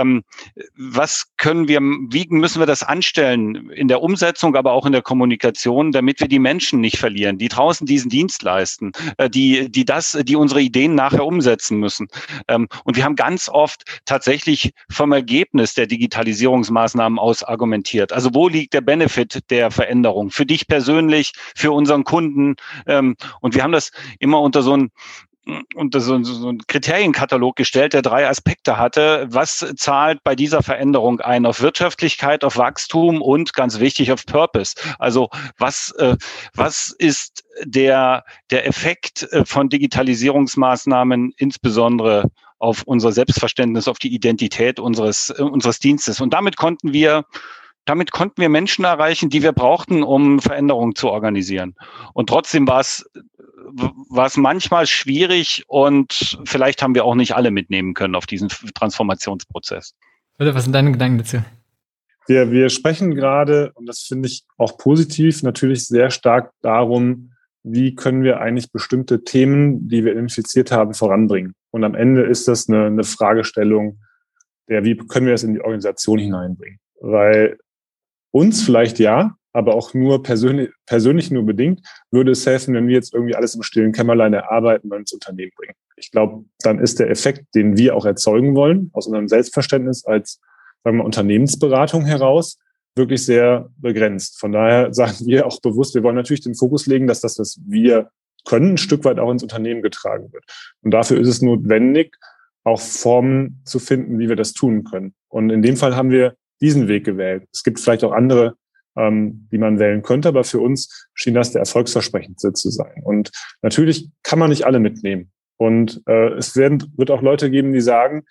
wie müssen wir das anstellen in der Umsetzung, aber auch in der Kommunikation, damit wir die Menschen nicht verlieren, die draußen diesen Dienst leisten, die unsere Ideen nachher umsetzen müssen. Und wir haben ganz oft tatsächlich vom Ergebnis der Digitalisierungsmaßnahmen aus argumentiert. Also wo liegt der Benefit der Veränderung? Für dich persönlich, für unseren Kunden. Und wir haben das immer unter so so einen Kriterienkatalog gestellt, der 3 Aspekte hatte. Was zahlt bei dieser Veränderung ein? Auf Wirtschaftlichkeit, auf Wachstum und ganz wichtig auf Purpose. Also was ist der Effekt von Digitalisierungsmaßnahmen insbesondere auf unser Selbstverständnis, auf die Identität unseres Dienstes? Und damit konnten wir Menschen erreichen, die wir brauchten, um Veränderungen zu organisieren. Und trotzdem war es manchmal schwierig und vielleicht haben wir auch nicht alle mitnehmen können auf diesen Transformationsprozess. Philipp, was sind deine Gedanken dazu? Wir sprechen gerade, und das finde ich auch positiv, natürlich sehr stark darum, wie können wir eigentlich bestimmte Themen, die wir identifiziert haben, voranbringen. Und am Ende ist das eine Fragestellung, wie können wir das in die Organisation hineinbringen? Weil uns vielleicht ja, aber auch nur persönlich nur bedingt, würde es helfen, wenn wir jetzt irgendwie alles im stillen Kämmerlein erarbeiten und ins Unternehmen bringen. Ich glaube, dann ist der Effekt, den wir auch erzeugen wollen, aus unserem Selbstverständnis als, sagen wir mal, Unternehmensberatung heraus, wirklich sehr begrenzt. Von daher sagen wir auch bewusst, wir wollen natürlich den Fokus legen, dass das, was wir können, ein Stück weit auch ins Unternehmen getragen wird. Und dafür ist es notwendig, auch Formen zu finden, wie wir das tun können. Und in dem Fall haben wir diesen Weg gewählt. Es gibt vielleicht auch andere, die man wählen könnte, aber für uns schien das der erfolgsversprechendste zu sein. Und natürlich kann man nicht alle mitnehmen. Und es wird auch Leute geben, die sagen,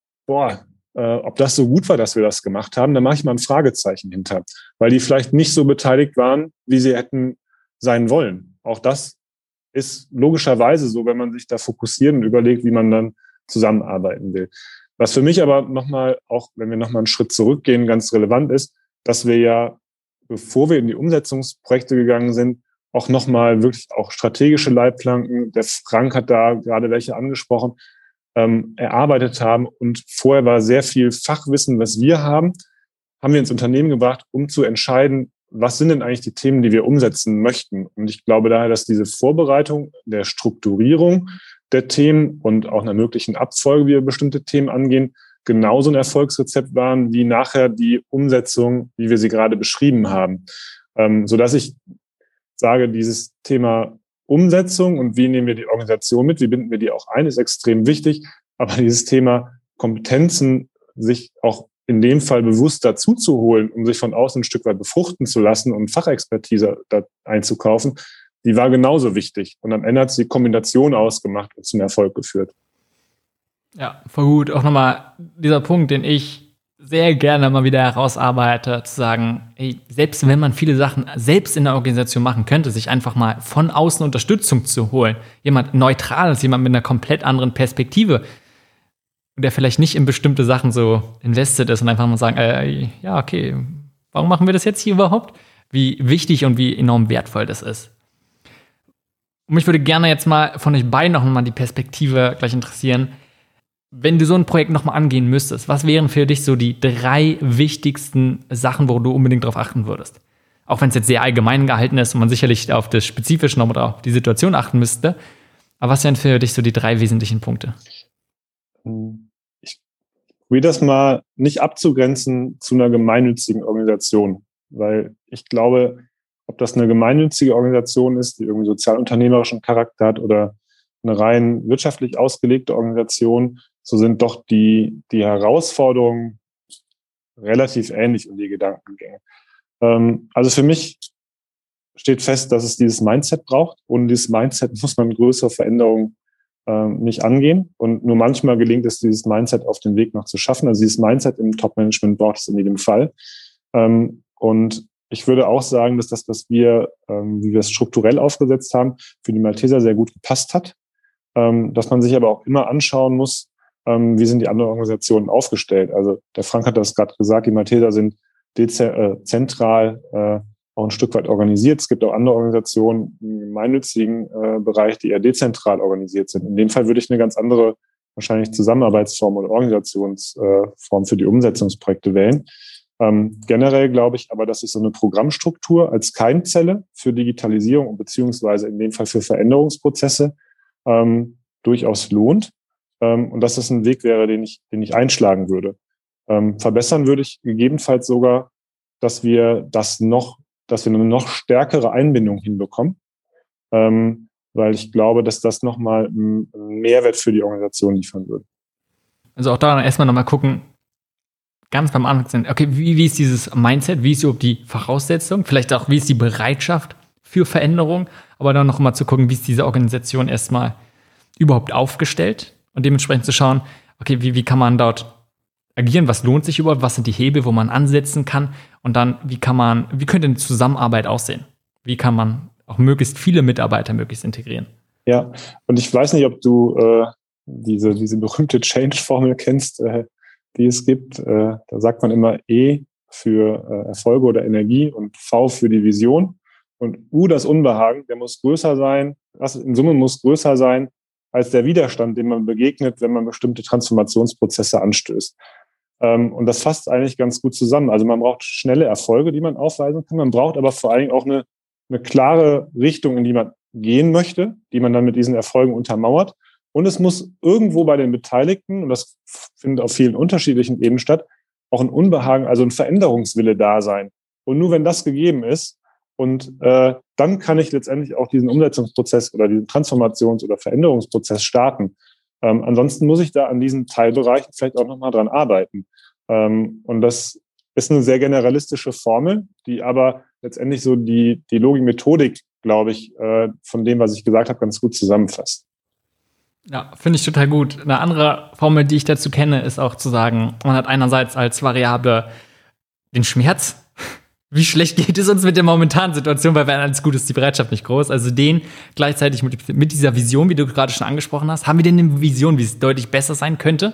ob das so gut war, dass wir das gemacht haben, da mache ich mal ein Fragezeichen hinter, weil die vielleicht nicht so beteiligt waren, wie sie hätten sein wollen. Auch das ist logischerweise so, wenn man sich da fokussiert und überlegt, wie man dann zusammenarbeiten will. Was für mich aber nochmal, auch wenn wir nochmal einen Schritt zurückgehen, ganz relevant ist, dass wir ja, bevor wir in die Umsetzungsprojekte gegangen sind, auch nochmal wirklich auch strategische Leitplanken, der Frank hat da gerade welche angesprochen, erarbeitet haben. Und vorher war sehr viel Fachwissen, was wir haben wir ins Unternehmen gebracht, um zu entscheiden, was sind denn eigentlich die Themen, die wir umsetzen möchten. Und ich glaube daher, dass diese Vorbereitung der Strukturierung der Themen und auch einer möglichen Abfolge, wie wir bestimmte Themen angehen, genauso ein Erfolgsrezept waren wie nachher die Umsetzung, wie wir sie gerade beschrieben haben. Sodass ich sage, dieses Thema Umsetzung und wie nehmen wir die Organisation mit, wie binden wir die auch ein, ist extrem wichtig. Aber dieses Thema Kompetenzen, sich auch in dem Fall bewusst dazu zu holen, um sich von außen ein Stück weit befruchten zu lassen und Fachexpertise da einzukaufen, die war genauso wichtig. Und am Ende hat sie die Kombination ausgemacht und zum Erfolg geführt. Ja, voll gut. Auch nochmal dieser Punkt, den ich sehr gerne mal wieder herausarbeite, zu sagen, ey, selbst wenn man viele Sachen selbst in der Organisation machen könnte, sich einfach mal von außen Unterstützung zu holen, jemand Neutrales, jemand mit einer komplett anderen Perspektive, der vielleicht nicht in bestimmte Sachen so invested ist und einfach mal sagen, ja, okay, warum machen wir das jetzt hier überhaupt? Wie wichtig und wie enorm wertvoll das ist. Und mich würde gerne jetzt mal von euch beiden noch mal die Perspektive gleich interessieren. Wenn du so ein Projekt noch mal angehen müsstest, was wären für dich so die 3 wichtigsten Sachen, wo du unbedingt darauf achten würdest? Auch wenn es jetzt sehr allgemein gehalten ist und man sicherlich auf das Spezifische noch oder auf die Situation achten müsste. Aber was wären für dich so die 3 wesentlichen Punkte? Ich probiere das mal nicht abzugrenzen zu einer gemeinnützigen Organisation, weil ich glaube, ob das eine gemeinnützige Organisation ist, die irgendwie sozialunternehmerischen Charakter hat oder eine rein wirtschaftlich ausgelegte Organisation, so sind doch die Herausforderungen relativ ähnlich und die Gedankengänge. Also für mich steht fest, dass es dieses Mindset braucht. Ohne dieses Mindset muss man größere Veränderungen nicht angehen. Und nur manchmal gelingt es, dieses Mindset auf den Weg noch zu schaffen. Also dieses Mindset im Top-Management braucht es in jedem Fall. Und ich würde auch sagen, dass das, was wir, wie wir es strukturell aufgesetzt haben, für die Malteser sehr gut gepasst hat. Dass man sich aber auch immer anschauen muss, wie sind die anderen Organisationen aufgestellt. Also der Frank hat das gerade gesagt, die Malteser sind zentral auch ein Stück weit organisiert. Es gibt auch andere Organisationen im gemeinnützigen Bereich, die eher dezentral organisiert sind. In dem Fall würde ich eine ganz andere wahrscheinlich Zusammenarbeitsform oder Organisationsform für die Umsetzungsprojekte wählen. Generell glaube ich aber, dass sich so eine Programmstruktur als Keimzelle für Digitalisierung beziehungsweise in dem Fall für Veränderungsprozesse durchaus lohnt und dass das ein Weg wäre, den ich einschlagen würde. Verbessern würde ich gegebenenfalls sogar, dass wir eine noch stärkere Einbindung hinbekommen. weil ich glaube, dass das nochmal einen Mehrwert für die Organisation liefern würde. Also auch da erstmal nochmal gucken, ganz beim Anfang, okay, wie ist dieses Mindset, wie ist überhaupt die Voraussetzung, vielleicht auch, wie ist die Bereitschaft für Veränderung, aber dann noch mal zu gucken, wie ist diese Organisation erstmal überhaupt aufgestellt und dementsprechend zu schauen, okay, wie kann man dort agieren, was lohnt sich überhaupt, was sind die Hebel, wo man ansetzen kann und dann, wie könnte eine Zusammenarbeit aussehen? Wie kann man auch möglichst viele Mitarbeiter möglichst integrieren? Ja, und ich weiß nicht, ob du diese berühmte Change-Formel kennst, die es gibt. Da sagt man immer E für Erfolge oder Energie und V für die Vision. Und U, das Unbehagen, der muss größer sein, das in Summe muss größer sein als der Widerstand, dem man begegnet, wenn man bestimmte Transformationsprozesse anstößt. Und das fasst eigentlich ganz gut zusammen. Also man braucht schnelle Erfolge, die man aufweisen kann. Man braucht aber vor allem auch eine klare Richtung, in die man gehen möchte, die man dann mit diesen Erfolgen untermauert. Und es muss irgendwo bei den Beteiligten, und das findet auf vielen unterschiedlichen Ebenen statt, auch ein Unbehagen, also ein Veränderungswille da sein. Und nur wenn das gegeben ist, und dann kann ich letztendlich auch diesen Umsetzungsprozess oder diesen Transformations- oder Veränderungsprozess starten. Ansonsten muss ich da an diesen Teilbereichen vielleicht auch nochmal dran arbeiten. Und das ist eine sehr generalistische Formel, die aber letztendlich so die Logik-Methodik, glaube ich, von dem, was ich gesagt habe, ganz gut zusammenfasst. Ja, finde ich total gut. Eine andere Formel, die ich dazu kenne, ist auch zu sagen, man hat einerseits als Variable den Schmerz. Wie schlecht geht es uns mit der momentanen Situation, weil wenn alles gut ist, die Bereitschaft nicht groß. Also den gleichzeitig mit dieser Vision, wie du gerade schon angesprochen hast, haben wir denn eine Vision, wie es deutlich besser sein könnte?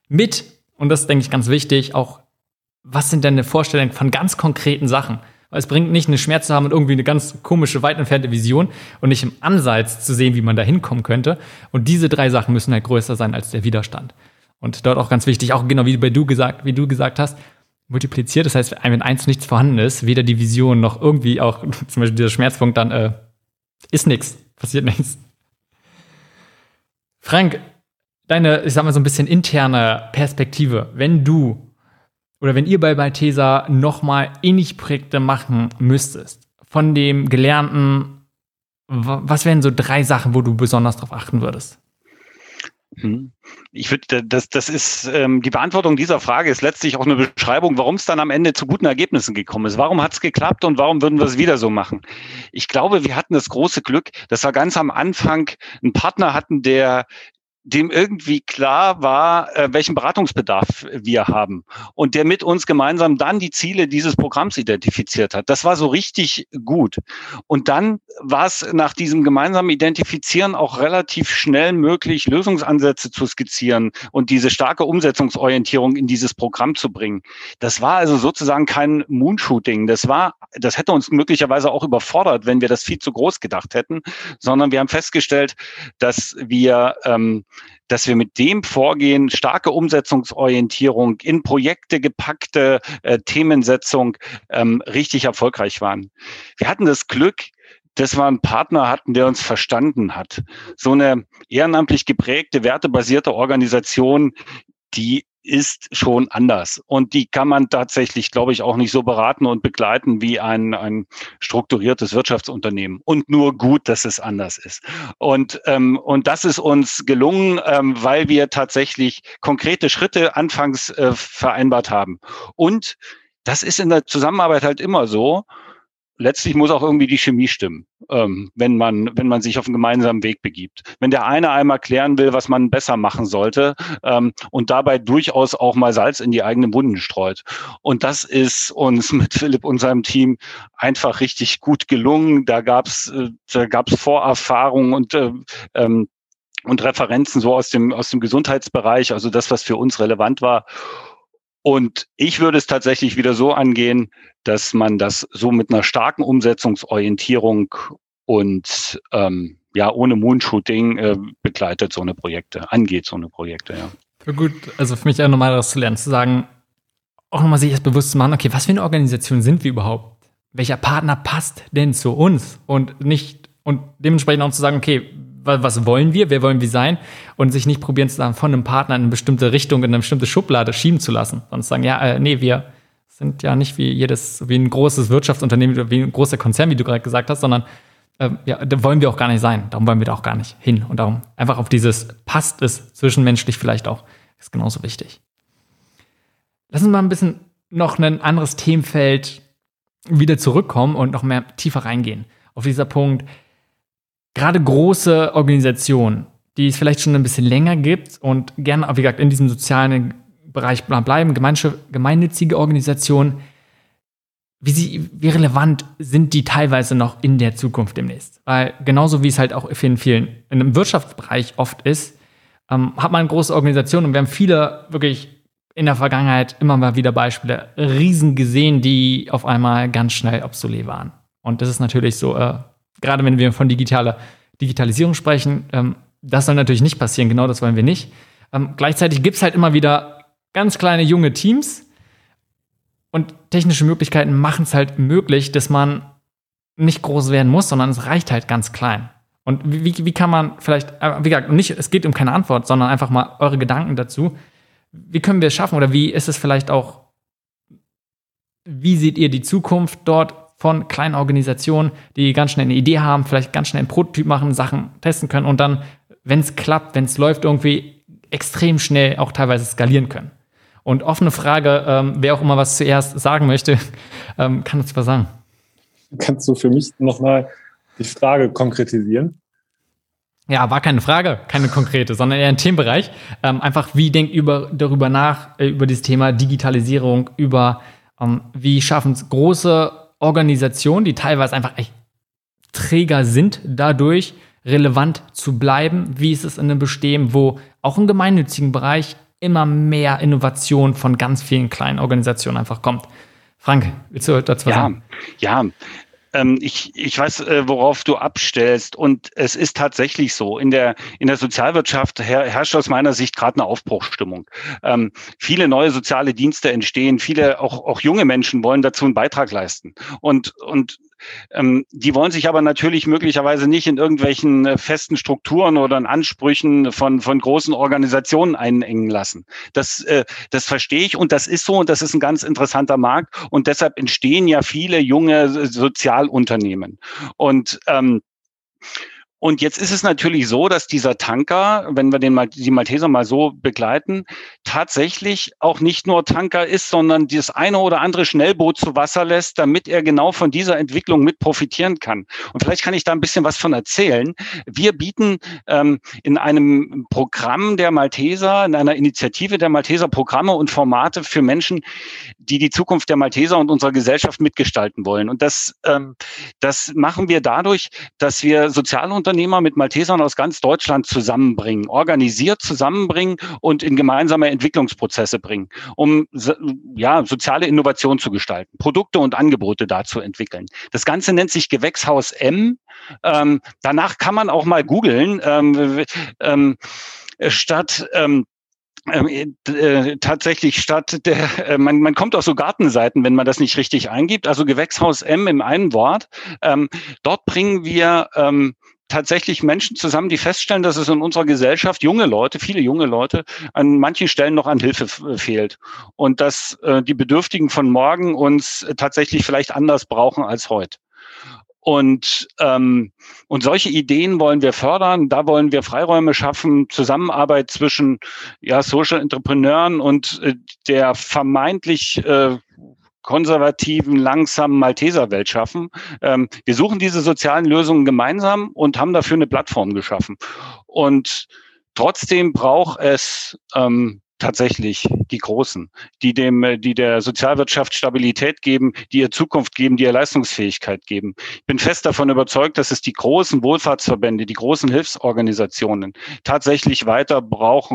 Und das ist, denke ich, ganz wichtig, auch, was sind denn eine Vorstellung von ganz konkreten Sachen? Weil es bringt nicht, einen Schmerz zu haben und irgendwie eine ganz komische, weit entfernte Vision und nicht im Ansatz zu sehen, wie man da hinkommen könnte. Und diese 3 Sachen müssen halt größer sein als der Widerstand. Und dort auch ganz wichtig, auch genau wie du gesagt hast, multipliziert. Das heißt, wenn eins nichts vorhanden ist, weder die Vision noch irgendwie auch zum Beispiel dieser Schmerzpunkt, dann ist nichts, passiert nichts. Frank, deine, ich sag mal so ein bisschen interne Perspektive, wenn ihr bei Malteser nochmal ähnliche Projekte machen müsstest, von dem Gelernten, was wären so 3 Sachen, wo du besonders drauf achten würdest? Ich würde, das ist die Beantwortung dieser Frage ist letztlich auch eine Beschreibung, warum es dann am Ende zu guten Ergebnissen gekommen ist. Warum hat es geklappt und warum würden wir es wieder so machen? Ich glaube, wir hatten das große Glück, dass wir ganz am Anfang einen Partner hatten, dem irgendwie klar war, welchen Beratungsbedarf wir haben und der mit uns gemeinsam dann die Ziele dieses Programms identifiziert hat. Das war so richtig gut. Und dann war es nach diesem gemeinsamen Identifizieren auch relativ schnell möglich, Lösungsansätze zu skizzieren und diese starke Umsetzungsorientierung in dieses Programm zu bringen. Das war also sozusagen kein Moonshooting. Das hätte uns möglicherweise auch überfordert, wenn wir das viel zu groß gedacht hätten, sondern wir haben festgestellt, dass wir mit dem Vorgehen, starke Umsetzungsorientierung, in Projekte gepackte Themensetzung richtig erfolgreich waren. Wir hatten das Glück, dass wir einen Partner hatten, der uns verstanden hat. So eine ehrenamtlich geprägte, wertebasierte Organisation, die ist schon anders. Und die kann man tatsächlich, glaube ich, auch nicht so beraten und begleiten wie ein strukturiertes Wirtschaftsunternehmen. Und nur gut, dass es anders ist. Und das ist uns gelungen, weil wir tatsächlich konkrete Schritte anfangs vereinbart haben. Und das ist in der Zusammenarbeit halt immer so. Letztlich muss auch irgendwie die Chemie stimmen, wenn man sich auf einen gemeinsamen Weg begibt. Wenn der eine einmal klären will, was man besser machen sollte und dabei durchaus auch mal Salz in die eigenen Wunden streut. Und das ist uns mit Philipp und seinem Team einfach richtig gut gelungen. Da gab's Vorerfahrungen und Referenzen so aus dem Gesundheitsbereich, also das, was für uns relevant war. Und ich würde es tatsächlich wieder so angehen, dass man das so mit einer starken Umsetzungsorientierung und ohne Moonshooting angeht so eine Projekte, ja. Für gut, also für mich auch nochmal daraus zu lernen, zu sagen, auch nochmal sich erst bewusst zu machen, okay, was für eine Organisation sind wir überhaupt? Welcher Partner passt denn zu uns? Und dementsprechend auch zu sagen, okay, was wollen wir, wer wollen wir sein? Und sich nicht probieren zu sagen, von einem Partner in eine bestimmte Richtung, in eine bestimmte Schublade schieben zu lassen. Sondern zu sagen, wir sind ja nicht wie ein großes Wirtschaftsunternehmen, wie ein großer Konzern, wie du gerade gesagt hast, sondern da wollen wir auch gar nicht sein. Darum wollen wir da auch gar nicht hin. Und darum einfach auf dieses passt es zwischenmenschlich vielleicht auch, ist genauso wichtig. Lass uns mal ein bisschen noch ein anderes Themenfeld wieder zurückkommen und noch mehr tiefer reingehen. Auf dieser Punkt, gerade große Organisationen, die es vielleicht schon ein bisschen länger gibt und gerne, wie gesagt, in diesem sozialen Bereich bleiben, gemeinnützige Organisationen, wie relevant sind die teilweise noch in der Zukunft demnächst? Weil genauso wie es halt auch in einem Wirtschaftsbereich oft ist, hat man große Organisationen und wir haben viele wirklich in der Vergangenheit immer mal wieder Beispiele, Riesen gesehen, die auf einmal ganz schnell obsolet waren. Und das ist natürlich so, gerade wenn wir von Digitalisierung sprechen, das soll natürlich nicht passieren, genau das wollen wir nicht. Gleichzeitig gibt es halt immer wieder ganz kleine junge Teams und technische Möglichkeiten machen es halt möglich, dass man nicht groß werden muss, sondern es reicht halt ganz klein. Und wie kann man vielleicht, wie gesagt, es geht um keine Antwort, sondern einfach mal eure Gedanken dazu. Wie können wir es schaffen oder wie ist es vielleicht auch, wie seht ihr die Zukunft dort von kleinen Organisationen, die ganz schnell eine Idee haben, vielleicht ganz schnell einen Prototyp machen, Sachen testen können und dann, wenn es klappt, wenn es läuft, irgendwie extrem schnell auch teilweise skalieren können? Und offene Frage, wer auch immer was zuerst sagen möchte, kann uns was sagen. Kannst du für mich nochmal die Frage konkretisieren? Ja, war keine Frage, keine konkrete, sondern eher ein Themenbereich. Einfach, wie denkt darüber nach, über dieses Thema Digitalisierung, über wie schaffen es große Organisationen, die teilweise einfach echt Träger sind, dadurch relevant zu bleiben. Wie ist es in einem Bestehen, wo auch im gemeinnützigen Bereich immer mehr Innovation von ganz vielen kleinen Organisationen einfach kommt? Frank, willst du dazu was sagen? Ja. Ich weiß, worauf du abstellst, und es ist tatsächlich so. In der Sozialwirtschaft herrscht aus meiner Sicht gerade eine Aufbruchsstimmung. Viele neue soziale Dienste entstehen, viele auch junge Menschen wollen dazu einen Beitrag leisten. Und die wollen sich aber natürlich möglicherweise nicht in irgendwelchen festen Strukturen oder in Ansprüchen von großen Organisationen einengen lassen. Das verstehe ich, und das ist so, und das ist ein ganz interessanter Markt, und deshalb entstehen ja viele junge Sozialunternehmen. Und jetzt ist es natürlich so, dass dieser Tanker, wenn wir die Malteser mal so begleiten, tatsächlich auch nicht nur Tanker ist, sondern das eine oder andere Schnellboot zu Wasser lässt, damit er genau von dieser Entwicklung mit profitieren kann. Und vielleicht kann ich da ein bisschen was von erzählen. Wir bieten in einem Programm der Malteser, in einer Initiative der Malteser, Programme und Formate für Menschen, die die Zukunft der Malteser und unserer Gesellschaft mitgestalten wollen. Und das machen wir dadurch, dass wir Sozialunternehmer mit Maltesern aus ganz Deutschland zusammenbringen, organisiert zusammenbringen und in gemeinsame Entwicklungsprozesse bringen, um soziale Innovation zu gestalten, Produkte und Angebote da zu entwickeln. Das Ganze nennt sich Gewächshaus M. Danach kann man auch mal googeln. Man kommt auf so Gartenseiten, wenn man das nicht richtig eingibt. Also Gewächshaus M in einem Wort. Dort bringen wir tatsächlich Menschen zusammen, die feststellen, dass es in unserer Gesellschaft viele junge Leute, an manchen Stellen noch an Hilfe fehlt. Und dass die Bedürftigen von morgen uns tatsächlich vielleicht anders brauchen als heute. Und solche Ideen wollen wir fördern. Da wollen wir Freiräume schaffen, Zusammenarbeit zwischen Social Entrepreneuren und der vermeintlich konservativen, langsamen Malteserwelt schaffen. Wir suchen diese sozialen Lösungen gemeinsam und haben dafür eine Plattform geschaffen. Und trotzdem braucht es tatsächlich die Großen, die der Sozialwirtschaft Stabilität geben, die ihr Zukunft geben, die ihr Leistungsfähigkeit geben. Ich bin fest davon überzeugt, dass es die großen Wohlfahrtsverbände, die großen Hilfsorganisationen tatsächlich weiter braucht,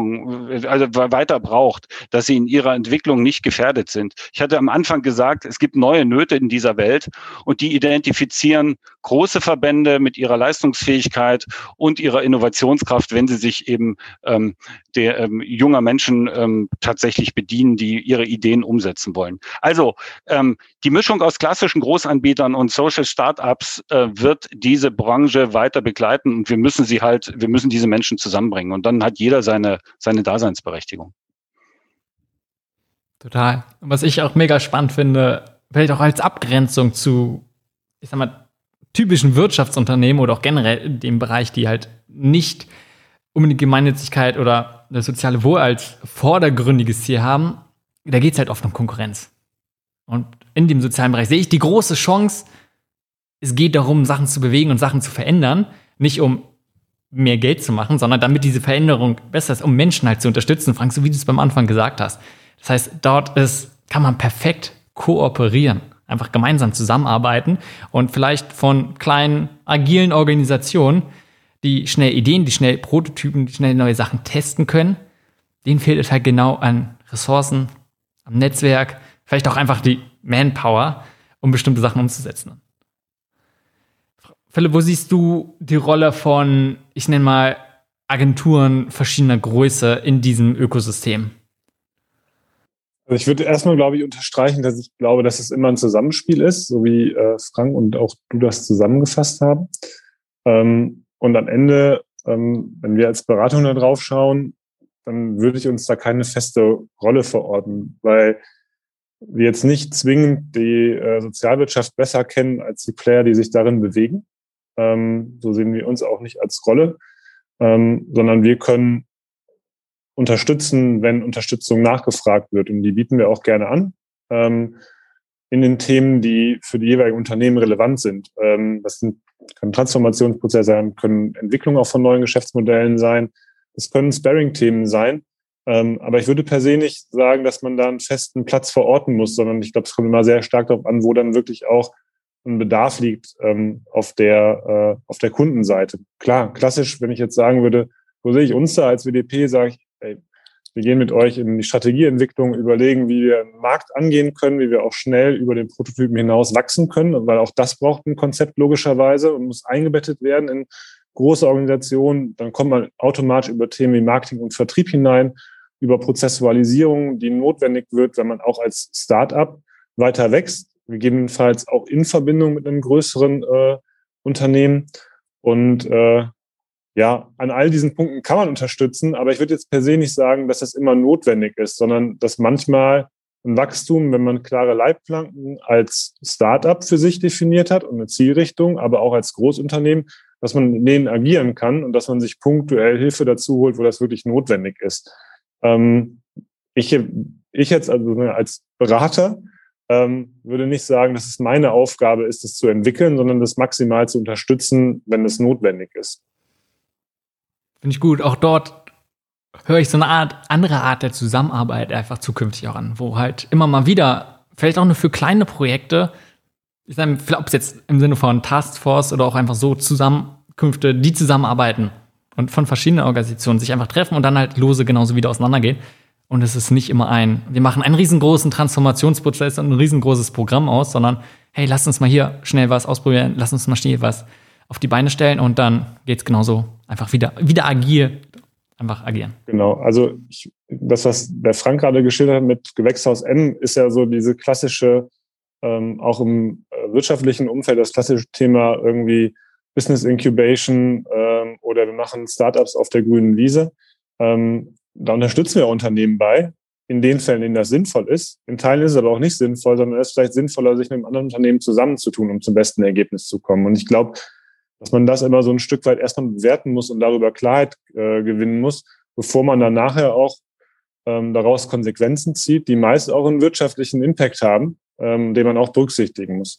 dass sie in ihrer Entwicklung nicht gefährdet sind. Ich hatte am Anfang gesagt, es gibt neue Nöte in dieser Welt, und die identifizieren große Verbände mit ihrer Leistungsfähigkeit und ihrer Innovationskraft, wenn sie sich eben junger Menschen tatsächlich bedienen, die ihre Ideen umsetzen wollen. Also die Mischung aus klassischen Großanbietern und Social Startups wird diese Branche weiter begleiten, und wir müssen diese Menschen zusammenbringen, und dann hat jeder seine Daseinsberechtigung. Total. Und was ich auch mega spannend finde, vielleicht auch als Abgrenzung zu, typischen Wirtschaftsunternehmen oder auch generell in dem Bereich, die halt nicht unbedingt Gemeinnützigkeit oder das soziale Wohl als vordergründiges Ziel haben, da geht es halt oft um Konkurrenz. Und in dem sozialen Bereich sehe ich die große Chance, es geht darum, Sachen zu bewegen und Sachen zu verändern, nicht um mehr Geld zu machen, sondern damit diese Veränderung besser ist, um Menschen halt zu unterstützen, Frank, so wie du es beim Anfang gesagt hast. Das heißt, kann man perfekt kooperieren, einfach gemeinsam zusammenarbeiten und vielleicht von kleinen, agilen Organisationen, die schnell Ideen, die schnell Prototypen, die schnell neue Sachen testen können, denen fehlt es halt genau an Ressourcen, am Netzwerk, vielleicht auch einfach die Manpower, um bestimmte Sachen umzusetzen. Philipp, wo siehst du die Rolle von, ich nenne mal, Agenturen verschiedener Größe in diesem Ökosystem? Also ich würde erstmal, glaube ich, unterstreichen, dass ich glaube, dass es immer ein Zusammenspiel ist, so wie Frank und auch du das zusammengefasst haben. Und am Ende, wenn wir als Beratung da drauf schauen, dann würde ich uns da keine feste Rolle verorten, weil wir jetzt nicht zwingend die Sozialwirtschaft besser kennen als die Player, die sich darin bewegen. So sehen wir uns auch nicht als Rolle, sondern wir können unterstützen, wenn Unterstützung nachgefragt wird. Und die bieten wir auch gerne an in den Themen, die für die jeweiligen Unternehmen relevant sind. Das können Transformationsprozesse sein, können Entwicklung auch von neuen Geschäftsmodellen sein. Das können Sparring-Themen sein. Aber ich würde per se nicht sagen, dass man da einen festen Platz verorten muss, sondern ich glaube, es kommt immer sehr stark darauf an, wo dann wirklich auch ein Bedarf liegt auf der Kundenseite. Klar, klassisch, wenn ich jetzt sagen würde, wo sehe ich uns da als WDP, sage ich, ey, wir gehen mit euch in die Strategieentwicklung, überlegen, wie wir den Markt angehen können, wie wir auch schnell über den Prototypen hinaus wachsen können, weil auch das braucht ein Konzept logischerweise und muss eingebettet werden in große Organisationen. Dann kommt man automatisch über Themen wie Marketing und Vertrieb hinein, über Prozessualisierung, die notwendig wird, wenn man auch als Start-up weiter wächst, gegebenenfalls auch in Verbindung mit einem größeren Unternehmen. Und an all diesen Punkten kann man unterstützen, aber ich würde jetzt per se nicht sagen, dass das immer notwendig ist, sondern dass manchmal ein Wachstum, wenn man klare Leitplanken als Start-up für sich definiert hat und eine Zielrichtung, aber auch als Großunternehmen, dass man in denen agieren kann und dass man sich punktuell Hilfe dazu holt, wo das wirklich notwendig ist. Ich jetzt also als Berater würde nicht sagen, dass es meine Aufgabe ist, das zu entwickeln, sondern das maximal zu unterstützen, wenn es notwendig ist. Finde ich gut. Auch dort höre ich so eine andere Art der Zusammenarbeit einfach zukünftig auch an, wo halt immer mal wieder, vielleicht auch nur für kleine Projekte, ich sage, ob es jetzt im Sinne von Taskforce oder auch einfach so Zusammenkünfte, die zusammenarbeiten und von verschiedenen Organisationen sich einfach treffen und dann halt lose genauso wieder auseinandergehen. Und es ist nicht immer wir machen einen riesengroßen Transformationsprozess und ein riesengroßes Programm aus, sondern hey, lass uns mal hier schnell was ausprobieren, lass uns mal schnell was auf die Beine stellen und dann geht's genauso einfach wieder agil, einfach agieren. Genau, also das, was der Frank gerade geschildert hat mit Gewächshaus N, ist ja so diese klassische, auch im wirtschaftlichen Umfeld, das klassische Thema irgendwie Business Incubation oder wir machen Startups auf der grünen Wiese. Da unterstützen wir Unternehmen bei, in den Fällen, in denen das sinnvoll ist. In Teilen ist es aber auch nicht sinnvoll, sondern es ist vielleicht sinnvoller, sich mit einem anderen Unternehmen zusammenzutun, um zum besten Ergebnis zu kommen. Und ich glaube, dass man das immer so ein Stück weit erstmal bewerten muss und darüber Klarheit gewinnen muss, bevor man dann nachher auch daraus Konsequenzen zieht, die meist auch einen wirtschaftlichen Impact haben, den man auch berücksichtigen muss.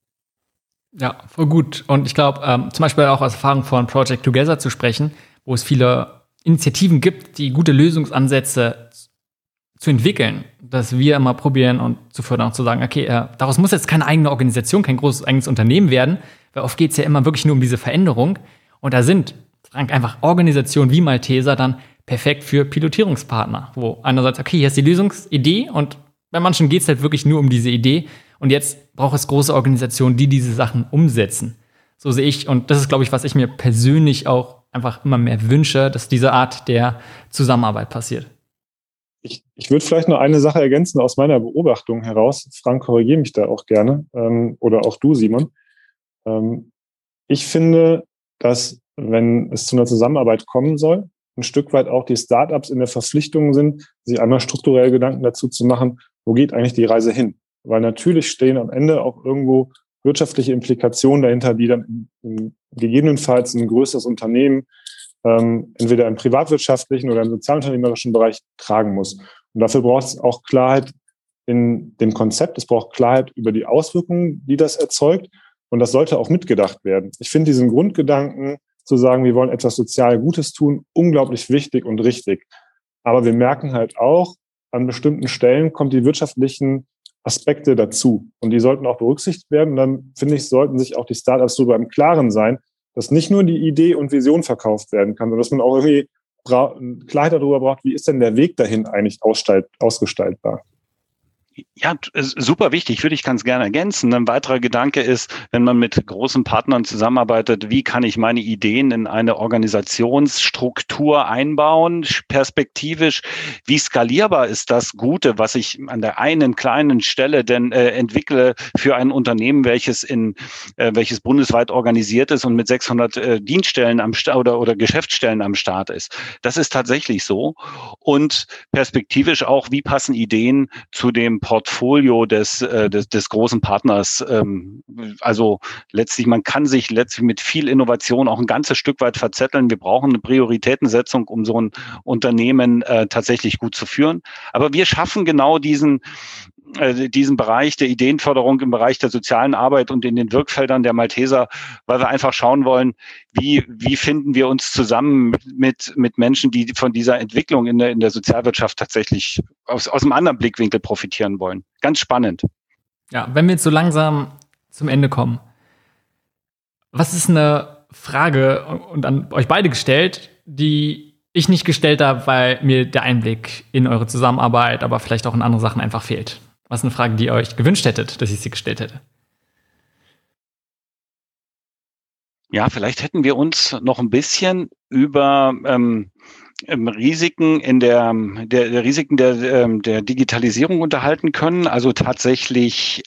Ja, voll gut. Und ich glaube, zum Beispiel auch aus Erfahrung von Project Together zu sprechen, wo es viele Initiativen gibt, die gute Lösungsansätze zu entwickeln, dass wir immer probieren und zu fördern und zu sagen, okay, daraus muss jetzt keine eigene Organisation, kein großes eigenes Unternehmen werden, weil oft geht es ja immer wirklich nur um diese Veränderung. Und da sind einfach Organisationen wie Malteser dann perfekt für Pilotierungspartner, wo einerseits, okay, hier ist die Lösungsidee und bei manchen geht es halt wirklich nur um diese Idee und jetzt braucht es große Organisationen, die diese Sachen umsetzen. So sehe ich, und das ist, glaube ich, was ich mir persönlich auch einfach immer mehr wünsche, dass diese Art der Zusammenarbeit passiert. Ich würde vielleicht noch eine Sache ergänzen aus meiner Beobachtung heraus. Frank, korrigiere mich da auch gerne. Oder auch du, Simon. Ich finde, dass, wenn es zu einer Zusammenarbeit kommen soll, ein Stück weit auch die Startups in der Verpflichtung sind, sich einmal strukturell Gedanken dazu zu machen, wo geht eigentlich die Reise hin? Weil natürlich stehen am Ende auch irgendwo wirtschaftliche Implikationen dahinter, die dann gegebenenfalls ein größeres Unternehmen entweder im privatwirtschaftlichen oder im sozialunternehmerischen Bereich tragen muss. Und dafür braucht es auch Klarheit in dem Konzept. Es braucht Klarheit über die Auswirkungen, die das erzeugt. Und das sollte auch mitgedacht werden. Ich finde diesen Grundgedanken, zu sagen, wir wollen etwas sozial Gutes tun, unglaublich wichtig und richtig. Aber wir merken halt auch, an bestimmten Stellen kommen die wirtschaftlichen Aspekte dazu. Und die sollten auch berücksichtigt werden. Und dann, finde ich, sollten sich auch die Startups darüber im Klaren sein, dass nicht nur die Idee und Vision verkauft werden kann, sondern dass man auch irgendwie Klarheit darüber braucht, wie ist denn der Weg dahin eigentlich ausgestaltbar. Ja, super wichtig, würde ich ganz gerne ergänzen. Ein weiterer Gedanke ist, wenn man mit großen Partnern zusammenarbeitet, wie kann ich meine Ideen in eine Organisationsstruktur einbauen, perspektivisch? Wie skalierbar ist das Gute, was ich an der einen kleinen Stelle denn entwickle für ein Unternehmen, welches bundesweit organisiert ist und mit 600 Dienststellen am oder Geschäftsstellen am Start ist? Das ist tatsächlich so. Und perspektivisch auch, wie passen Ideen zu dem Portfolio des großen Partners. Also letztlich, man kann sich letztlich mit viel Innovation auch ein ganzes Stück weit verzetteln. Wir brauchen eine Prioritätensetzung, um so ein Unternehmen tatsächlich gut zu führen. Aber wir schaffen genau diesen Bereich der Ideenförderung im Bereich der sozialen Arbeit und in den Wirkfeldern der Malteser, weil wir einfach schauen wollen, wie finden wir uns zusammen mit Menschen, die von dieser Entwicklung in der Sozialwirtschaft tatsächlich aus einem anderen Blickwinkel profitieren wollen. Ganz spannend. Ja, wenn wir jetzt so langsam zum Ende kommen, was ist eine Frage und an euch beide gestellt, die ich nicht gestellt habe, weil mir der Einblick in eure Zusammenarbeit, aber vielleicht auch in andere Sachen einfach fehlt? Was ist eine Frage, die ihr euch gewünscht hättet, dass ich sie gestellt hätte? Ja, vielleicht hätten wir uns noch ein bisschen über Risiken der Risiken der Digitalisierung unterhalten können. Also tatsächlich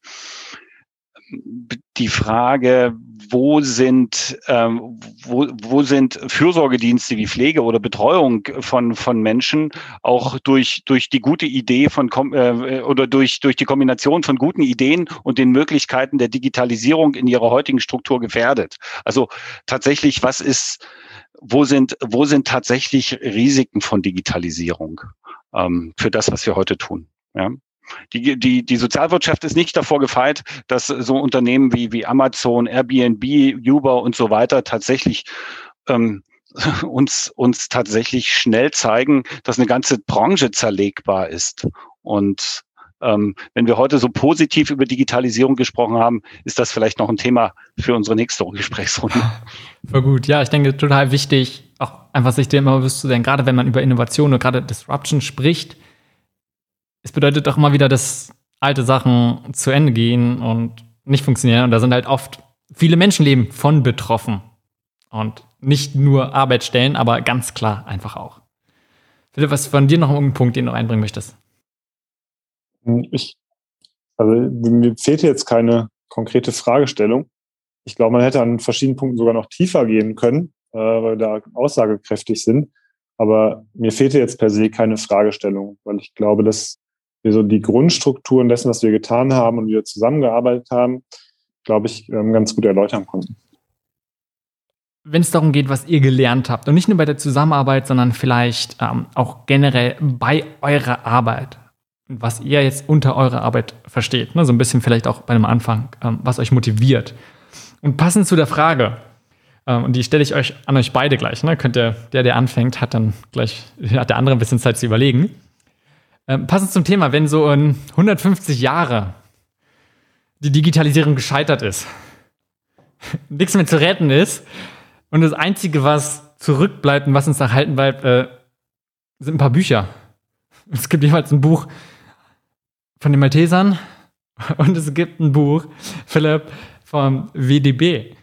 die Frage, wo sind Fürsorgedienste wie Pflege oder Betreuung von Menschen auch durch die gute Idee oder durch die Kombination von guten Ideen und den Möglichkeiten der Digitalisierung in ihrer heutigen Struktur gefährdet? Also tatsächlich, wo sind tatsächlich Risiken von Digitalisierung für das, was wir heute tun? Ja. Die Sozialwirtschaft ist nicht davor gefeit, dass so Unternehmen wie Amazon, Airbnb, Uber und so weiter tatsächlich uns tatsächlich schnell zeigen, dass eine ganze Branche zerlegbar ist. Und wenn wir heute so positiv über Digitalisierung gesprochen haben, ist das vielleicht noch ein Thema für unsere nächste Gesprächsrunde. Voll gut. Ja, ich denke, total wichtig, auch einfach sich dem immer bewusst zu sein, gerade wenn man über Innovation oder gerade Disruption spricht. Es bedeutet doch immer wieder, dass alte Sachen zu Ende gehen und nicht funktionieren. Und da sind halt oft viele Menschenleben von betroffen. Und nicht nur Arbeitsstellen, aber ganz klar einfach auch. Philipp, was von dir noch ein Punkt, den du einbringen möchtest? Mir fehlt jetzt keine konkrete Fragestellung. Ich glaube, man hätte an verschiedenen Punkten sogar noch tiefer gehen können, weil da aussagekräftig sind. Aber mir fehlte jetzt per se keine Fragestellung, weil ich glaube, dass wir so die Grundstrukturen dessen, was wir getan haben und wie wir zusammengearbeitet haben, glaube ich, ganz gut erläutern konnten. Wenn es darum geht, was ihr gelernt habt, und nicht nur bei der Zusammenarbeit, sondern vielleicht auch generell bei eurer Arbeit, was ihr jetzt unter eurer Arbeit versteht, ne? So ein bisschen vielleicht auch bei dem Anfang, was euch motiviert. Und passend zu der Frage, und die stelle ich an euch beide gleich, ne? Könnt der anfängt, hat der andere ein bisschen Zeit zu überlegen. Passend zum Thema, wenn so in 150 Jahre die Digitalisierung gescheitert ist, nichts mehr zu retten ist und das Einzige, was zurückbleibt und was uns erhalten bleibt, sind ein paar Bücher. Es gibt jeweils ein Buch von den Maltesern und es gibt ein Buch, Philipp, vom WDB.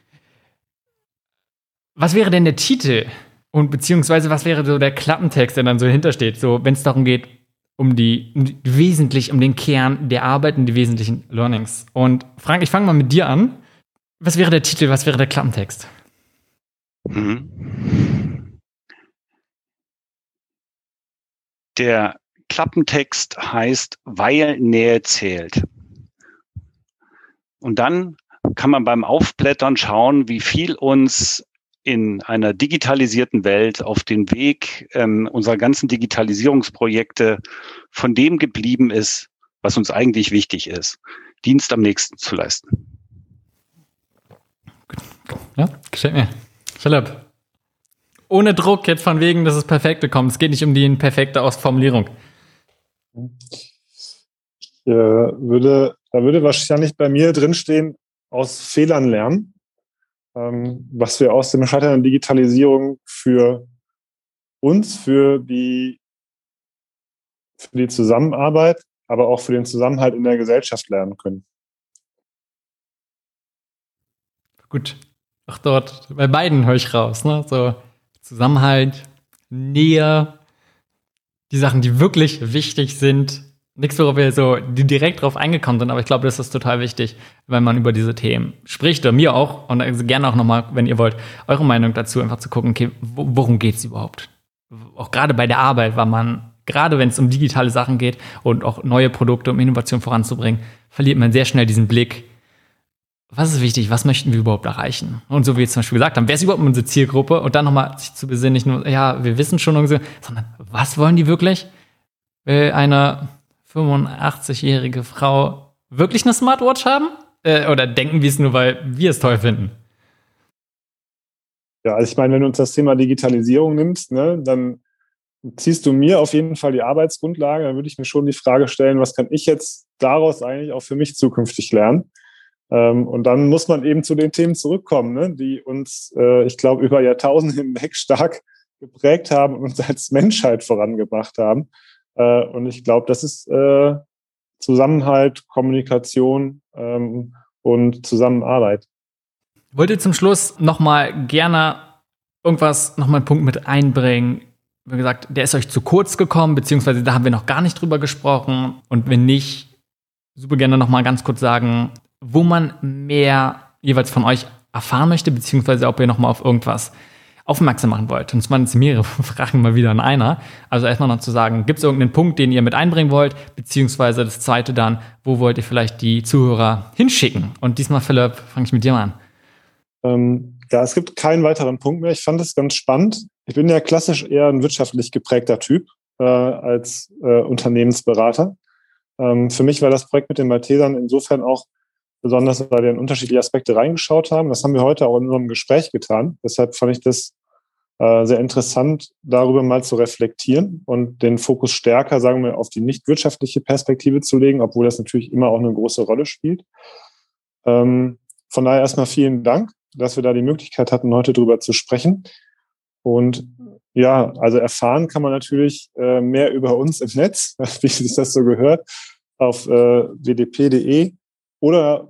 Was wäre denn der Titel und beziehungsweise was wäre so der Klappentext, der dann so hintersteht, so wenn es darum geht, um den Kern der Arbeit und die wesentlichen Learnings. Und Frank, ich fange mal mit dir an. Was wäre der Titel, was wäre der Klappentext? Der Klappentext heißt, weil Nähe zählt. Und dann kann man beim Aufblättern schauen, wie viel uns in einer digitalisierten Welt auf den Weg unserer ganzen Digitalisierungsprojekte von dem geblieben ist, was uns eigentlich wichtig ist, Dienst am Nächsten zu leisten. Ja, gefällt mir. Philipp, ohne Druck jetzt von wegen, dass es Perfekte kommt. Es geht nicht um die perfekte Ausformulierung. Da würde wahrscheinlich bei mir drinstehen, aus Fehlern lernen, was wir aus dem Scheitern der Digitalisierung für uns, für die Zusammenarbeit, aber auch für den Zusammenhalt in der Gesellschaft lernen können. Gut, auch dort, bei beiden höre ich raus, ne? So Zusammenhalt, Nähe, die Sachen, die wirklich wichtig sind. Nichts, worauf wir so direkt drauf eingekommen sind, aber ich glaube, das ist total wichtig, wenn man über diese Themen spricht, oder mir auch, und also gerne auch nochmal, wenn ihr wollt, eure Meinung dazu, einfach zu gucken, okay, worum geht's überhaupt? Auch gerade bei der Arbeit, weil man, gerade wenn es um digitale Sachen geht und auch neue Produkte, um Innovation voranzubringen, verliert man sehr schnell diesen Blick, was ist wichtig, was möchten wir überhaupt erreichen? Und so wie wir zum Beispiel gesagt haben, wer ist überhaupt unsere Zielgruppe? Und dann nochmal sich zu besinnen, nicht nur, ja, wir wissen schon, sondern was wollen die wirklich? Will eine 85-jährige Frau wirklich eine Smartwatch haben? Oder denken wir es nur, weil wir es toll finden? Ja, also ich meine, wenn du uns das Thema Digitalisierung nimmst, ne, dann ziehst du mir auf jeden Fall die Arbeitsgrundlage. Dann würde ich mir schon die Frage stellen, was kann ich jetzt daraus eigentlich auch für mich zukünftig lernen? Und dann muss man eben zu den Themen zurückkommen, ne, die uns, ich glaube, über Jahrtausende hinweg stark geprägt haben und uns als Menschheit vorangebracht haben. Und ich glaube, das ist Zusammenhalt, Kommunikation und Zusammenarbeit. Wollt ihr zum Schluss nochmal gerne nochmal einen Punkt mit einbringen? Wie gesagt, der ist euch zu kurz gekommen, beziehungsweise da haben wir noch gar nicht drüber gesprochen. Und wenn nicht, super gerne nochmal ganz kurz sagen, wo man mehr jeweils von euch erfahren möchte, beziehungsweise ob ihr nochmal auf irgendwas aufmerksam machen wollt. Und es waren jetzt mehrere Fragen mal wieder in einer. Also erstmal noch zu sagen, gibt es irgendeinen Punkt, den ihr mit einbringen wollt, beziehungsweise das zweite dann, wo wollt ihr vielleicht die Zuhörer hinschicken? Und diesmal, Philipp, fange ich mit dir mal an. Ja, es gibt keinen weiteren Punkt mehr. Ich fand es ganz spannend. Ich bin ja klassisch eher ein wirtschaftlich geprägter Typ als Unternehmensberater. Für mich war das Projekt mit den Maltesern insofern auch besonders, weil wir in unterschiedliche Aspekte reingeschaut haben. Das haben wir heute auch in unserem Gespräch getan. Deshalb fand ich das sehr interessant, darüber mal zu reflektieren und den Fokus stärker, sagen wir, auf die nicht wirtschaftliche Perspektive zu legen, obwohl das natürlich immer auch eine große Rolle spielt. Von daher erstmal vielen Dank, dass wir da die Möglichkeit hatten, heute drüber zu sprechen. Und ja, also erfahren kann man natürlich mehr über uns im Netz, wie sich das so gehört, auf wdp.de oder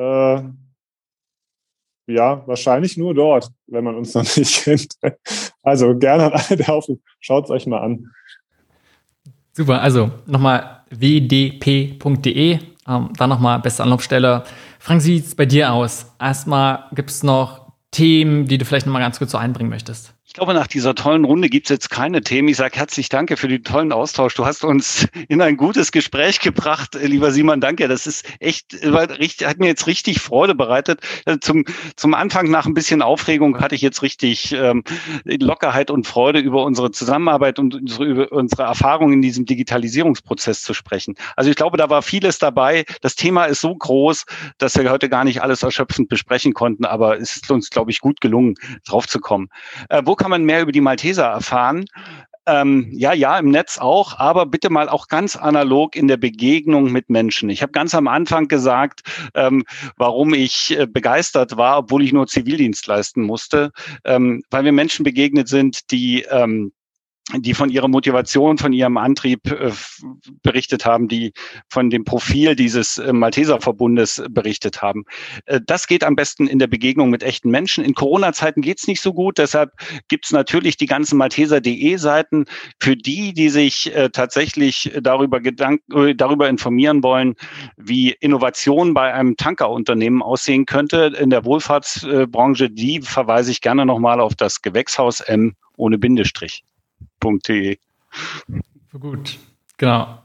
ja, wahrscheinlich nur dort, wenn man uns noch nicht kennt. Also gerne an alle, der offen. Schaut es euch mal an. Super, also nochmal wdp.de, dann nochmal beste Anlaufstelle. Frank, wie sieht es bei dir aus? Erstmal gibt es noch Themen, die du vielleicht nochmal ganz kurz so einbringen möchtest. Ich glaube, nach dieser tollen Runde gibt es jetzt keine Themen. Ich sage herzlich danke für den tollen Austausch. Du hast uns in ein gutes Gespräch gebracht, lieber Simon. Danke. Das ist echt, hat mir jetzt richtig Freude bereitet. Zum Anfang nach ein bisschen Aufregung hatte ich jetzt richtig Lockerheit und Freude, über unsere Zusammenarbeit und über unsere Erfahrungen in diesem Digitalisierungsprozess zu sprechen. Also ich glaube, da war vieles dabei. Das Thema ist so groß, dass wir heute gar nicht alles erschöpfend besprechen konnten. Aber es ist uns, glaube ich, gut gelungen, drauf zu kommen. Wo kann man mehr über die Malteser erfahren? Ja, im Netz auch, aber bitte mal auch ganz analog in der Begegnung mit Menschen. Ich habe ganz am Anfang gesagt, warum ich begeistert war, obwohl ich nur Zivildienst leisten musste, weil wir Menschen begegnet sind, die von ihrer Motivation, von ihrem Antrieb berichtet haben, die von dem Profil dieses Malteser-Verbundes berichtet haben. Das geht am besten in der Begegnung mit echten Menschen. In Corona-Zeiten geht's nicht so gut, deshalb gibt's natürlich die ganzen Malteser.de-Seiten für die sich tatsächlich darüber informieren wollen, wie Innovation bei einem Tankerunternehmen aussehen könnte. In der Wohlfahrtsbranche, die verweise ich gerne nochmal auf das Gewächshaus M ohne Bindestrich. .de. Gut, genau.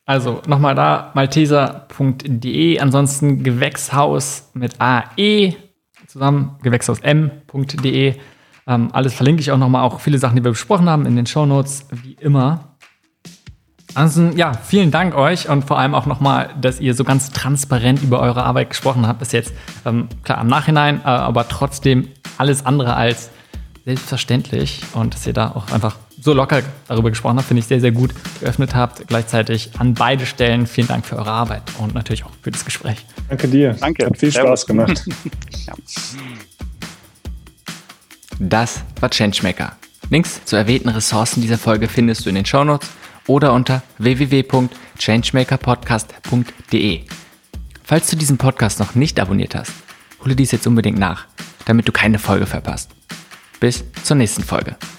Also nochmal da, malteser.de, ansonsten Gewächshaus mit AE zusammen, gewächshausm.de. Alles verlinke ich auch nochmal, auch viele Sachen, die wir besprochen haben, in den Shownotes, wie immer. Ansonsten, ja, vielen Dank euch und vor allem auch nochmal, dass ihr so ganz transparent über eure Arbeit gesprochen habt. Bis jetzt, klar, im Nachhinein, aber trotzdem alles andere als selbstverständlich. Und dass ihr da auch einfach so locker darüber gesprochen habt, finde ich sehr, sehr gut geöffnet habt. Gleichzeitig an beide Stellen vielen Dank für eure Arbeit und natürlich auch für das Gespräch. Danke dir. Danke. Hat viel Spaß gemacht. Ja. Das war Changemaker. Links zu erwähnten Ressourcen dieser Folge findest du in den Shownotes oder unter www.changemakerpodcast.de. Falls du diesen Podcast noch nicht abonniert hast, hole dies jetzt unbedingt nach, damit du keine Folge verpasst. Bis zur nächsten Folge.